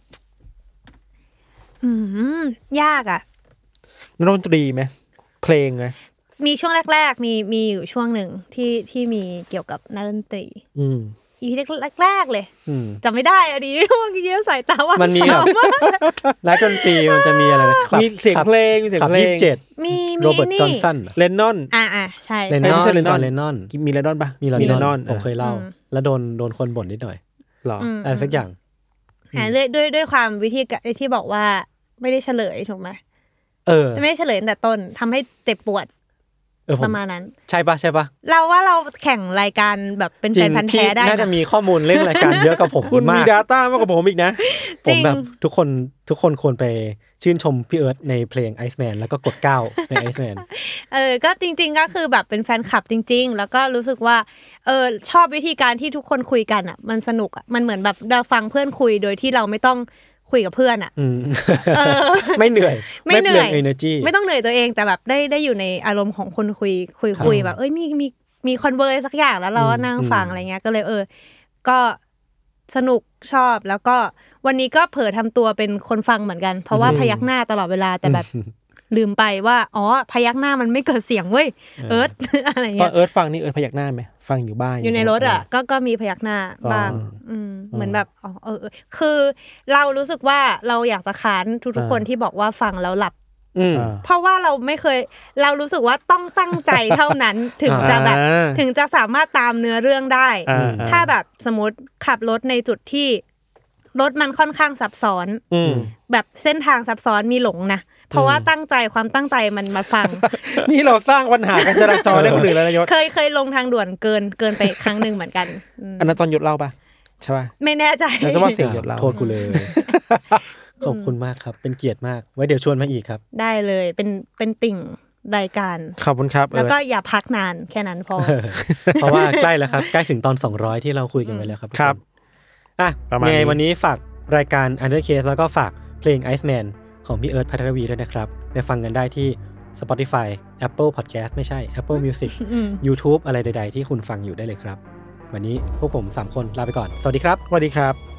Speaker 6: อืมยากอ่ะ
Speaker 5: นักดนตรีไหมเพลงไหม
Speaker 6: มีช่วงแรกๆ มีมีอยู่ช่วงหนึ่งที่ที่มีเกี่ยวกับนักดนตรี
Speaker 5: อืม
Speaker 6: อีพีแรกๆเลยจำไม่ได้อะดิเมื่อกี้สายตาว่า
Speaker 4: มันมีแบบและดนตรีมันจะมีอะไรนะ
Speaker 5: มีเสียงเพลงมีเสียงเพลง
Speaker 6: มี
Speaker 4: มีโรเบิร์ตจอห์นสัน
Speaker 5: เลนนอน
Speaker 6: อ่าๆใช่
Speaker 4: เลนนอนเลนนอนเลนนอน
Speaker 5: มีเลนนอนป่ะ
Speaker 4: มีเลนนอนผมเคยเล่าแล้วโดนโดนคนบ่นนิดหน่อย
Speaker 5: หรอ
Speaker 4: อะไรสักอย่าง
Speaker 6: อ่าด้วยด้วยด้วยความวิธีที่บอกว่าไม่ได้เฉลยถูกไหม
Speaker 4: เออ
Speaker 6: จะไม่ได้เฉลยแต่ต้นทำให้เจ็บปวดประมาณนั้น
Speaker 4: ใช่ปะใช่ปะ
Speaker 6: เราว่าเราแข่งรายการแบบเป็นแฟนพันธุ์แท้ได้
Speaker 4: น่าจะมีข้อมูลเรื่องรายการเยอะกับผม
Speaker 5: คุณมี data มากกว่าผมอีกนะ
Speaker 4: ผมแบบทุกคนทุกคนควรไปชื่นชมพี่เอิร์ธในเพลง Iceman แล้วก็กดเก้าใน Iceman
Speaker 6: เออก็จริงๆก็คือแบบเป็นแฟนคลับจริงๆแล้วก็รู้สึกว่าเออชอบวิธีการที่ทุกคนคุยกันอ่ะมันสนุกอ่ะมันเหมือนแบบเราฟังเพื่อนคุยโดยที่เราไม่ต้องคุยกับเพื่อนอ่ะ
Speaker 4: เออไม่เหนื่อย
Speaker 6: ไม่เหนื่อย
Speaker 4: energy
Speaker 6: ไม่ต้องเหนื่อยตัวเองแต่แบบได้ได้อยู่ในอารมณ์ของคนคุยคุยคุยแบบเอ้ยมีมีมีคอนเวอร์สักอย่างแล้วเราก็นั่งฟังอะไรเงี้ยก็เลยเออก็สนุกชอบแล้วก็วันนี้ก็เผลอทำตัวเป็นคนฟังเหมือนกันเพราะว่าพยักหน้าตลอดเวลาแต่แบบลืมไปว่าอ๋อพยักหน้ามันไม่เกิดเสียงเว้ยเอิร์ธอะไรเงี้ย
Speaker 5: ตอนเอิร์ธฟังนี่เอิร์ธพยักหน้าไหมฟังอยู่บ้าน
Speaker 6: อยู่ในรถอ่ะก็ก็มีพยักหน้าบ้างอืมเหมือนแบบอ๋อเออคือเรารู้สึกว่าเราอยากจะค้านทุกๆคนที่บอกว่าฟังแล้วหลับเพราะว่าเราไม่เคยเรารู้สึกว่าต้องตั้งใจเท่านั้นถึงจะแบบถึงจะสามารถตามเนื้อเรื่องได้ถ้าแบบสมมติขับรถในจุดที่รถมันค่อนข้างซับซ้อนแบบเส้นทางซับซ้อนมีหลงนะเพราะว่าตั้งใจความตั้งใจมันมาฟัง
Speaker 5: นี่เราสร้างปัญหาการจราจรได้คนอื่นแล้วนะยศ
Speaker 6: เคยเคยลงทางด่วนเกินเกินไปครั้งนึงเหมือนกัน
Speaker 5: อันนั้นตอนยศเล่าป่ะใช่ป่ะ
Speaker 6: ไม่แน่ใจ
Speaker 5: แล้วก็ว่าเสียงยศเล่า
Speaker 4: โทษกูเลยขอบคุณมากครับเป็นเกียรติมากไว้เดี๋ยวชวนมาอีกครับ
Speaker 6: ได้เลยเป็นเป็นติ่งรายการ
Speaker 5: ขอบคุณครับ
Speaker 6: แล้วก็อย่าพักนานแค่นั้นพอ
Speaker 4: เพราะว่าใกล้แล้วครับใกล้ถึงตอนสองร้อยที่เราคุยกันไปแล้วครับ
Speaker 5: ครับ
Speaker 4: อ่ะไงวันนี้ฝากรายการ Under Case แล้วก็ฝากเพลง Iceman ของพี่เอิร์ธภัทรวีด้วยนะครับไปฟังกันได้ที่ Spotify Apple Podcast ไม่ใช่ Apple Music YouTube อะไรใดๆที่คุณฟังอยู่ได้เลยครับวันนี้พวกผมสามคนลาไปก่อนสวัสดีครับ
Speaker 5: สวัสดีครับ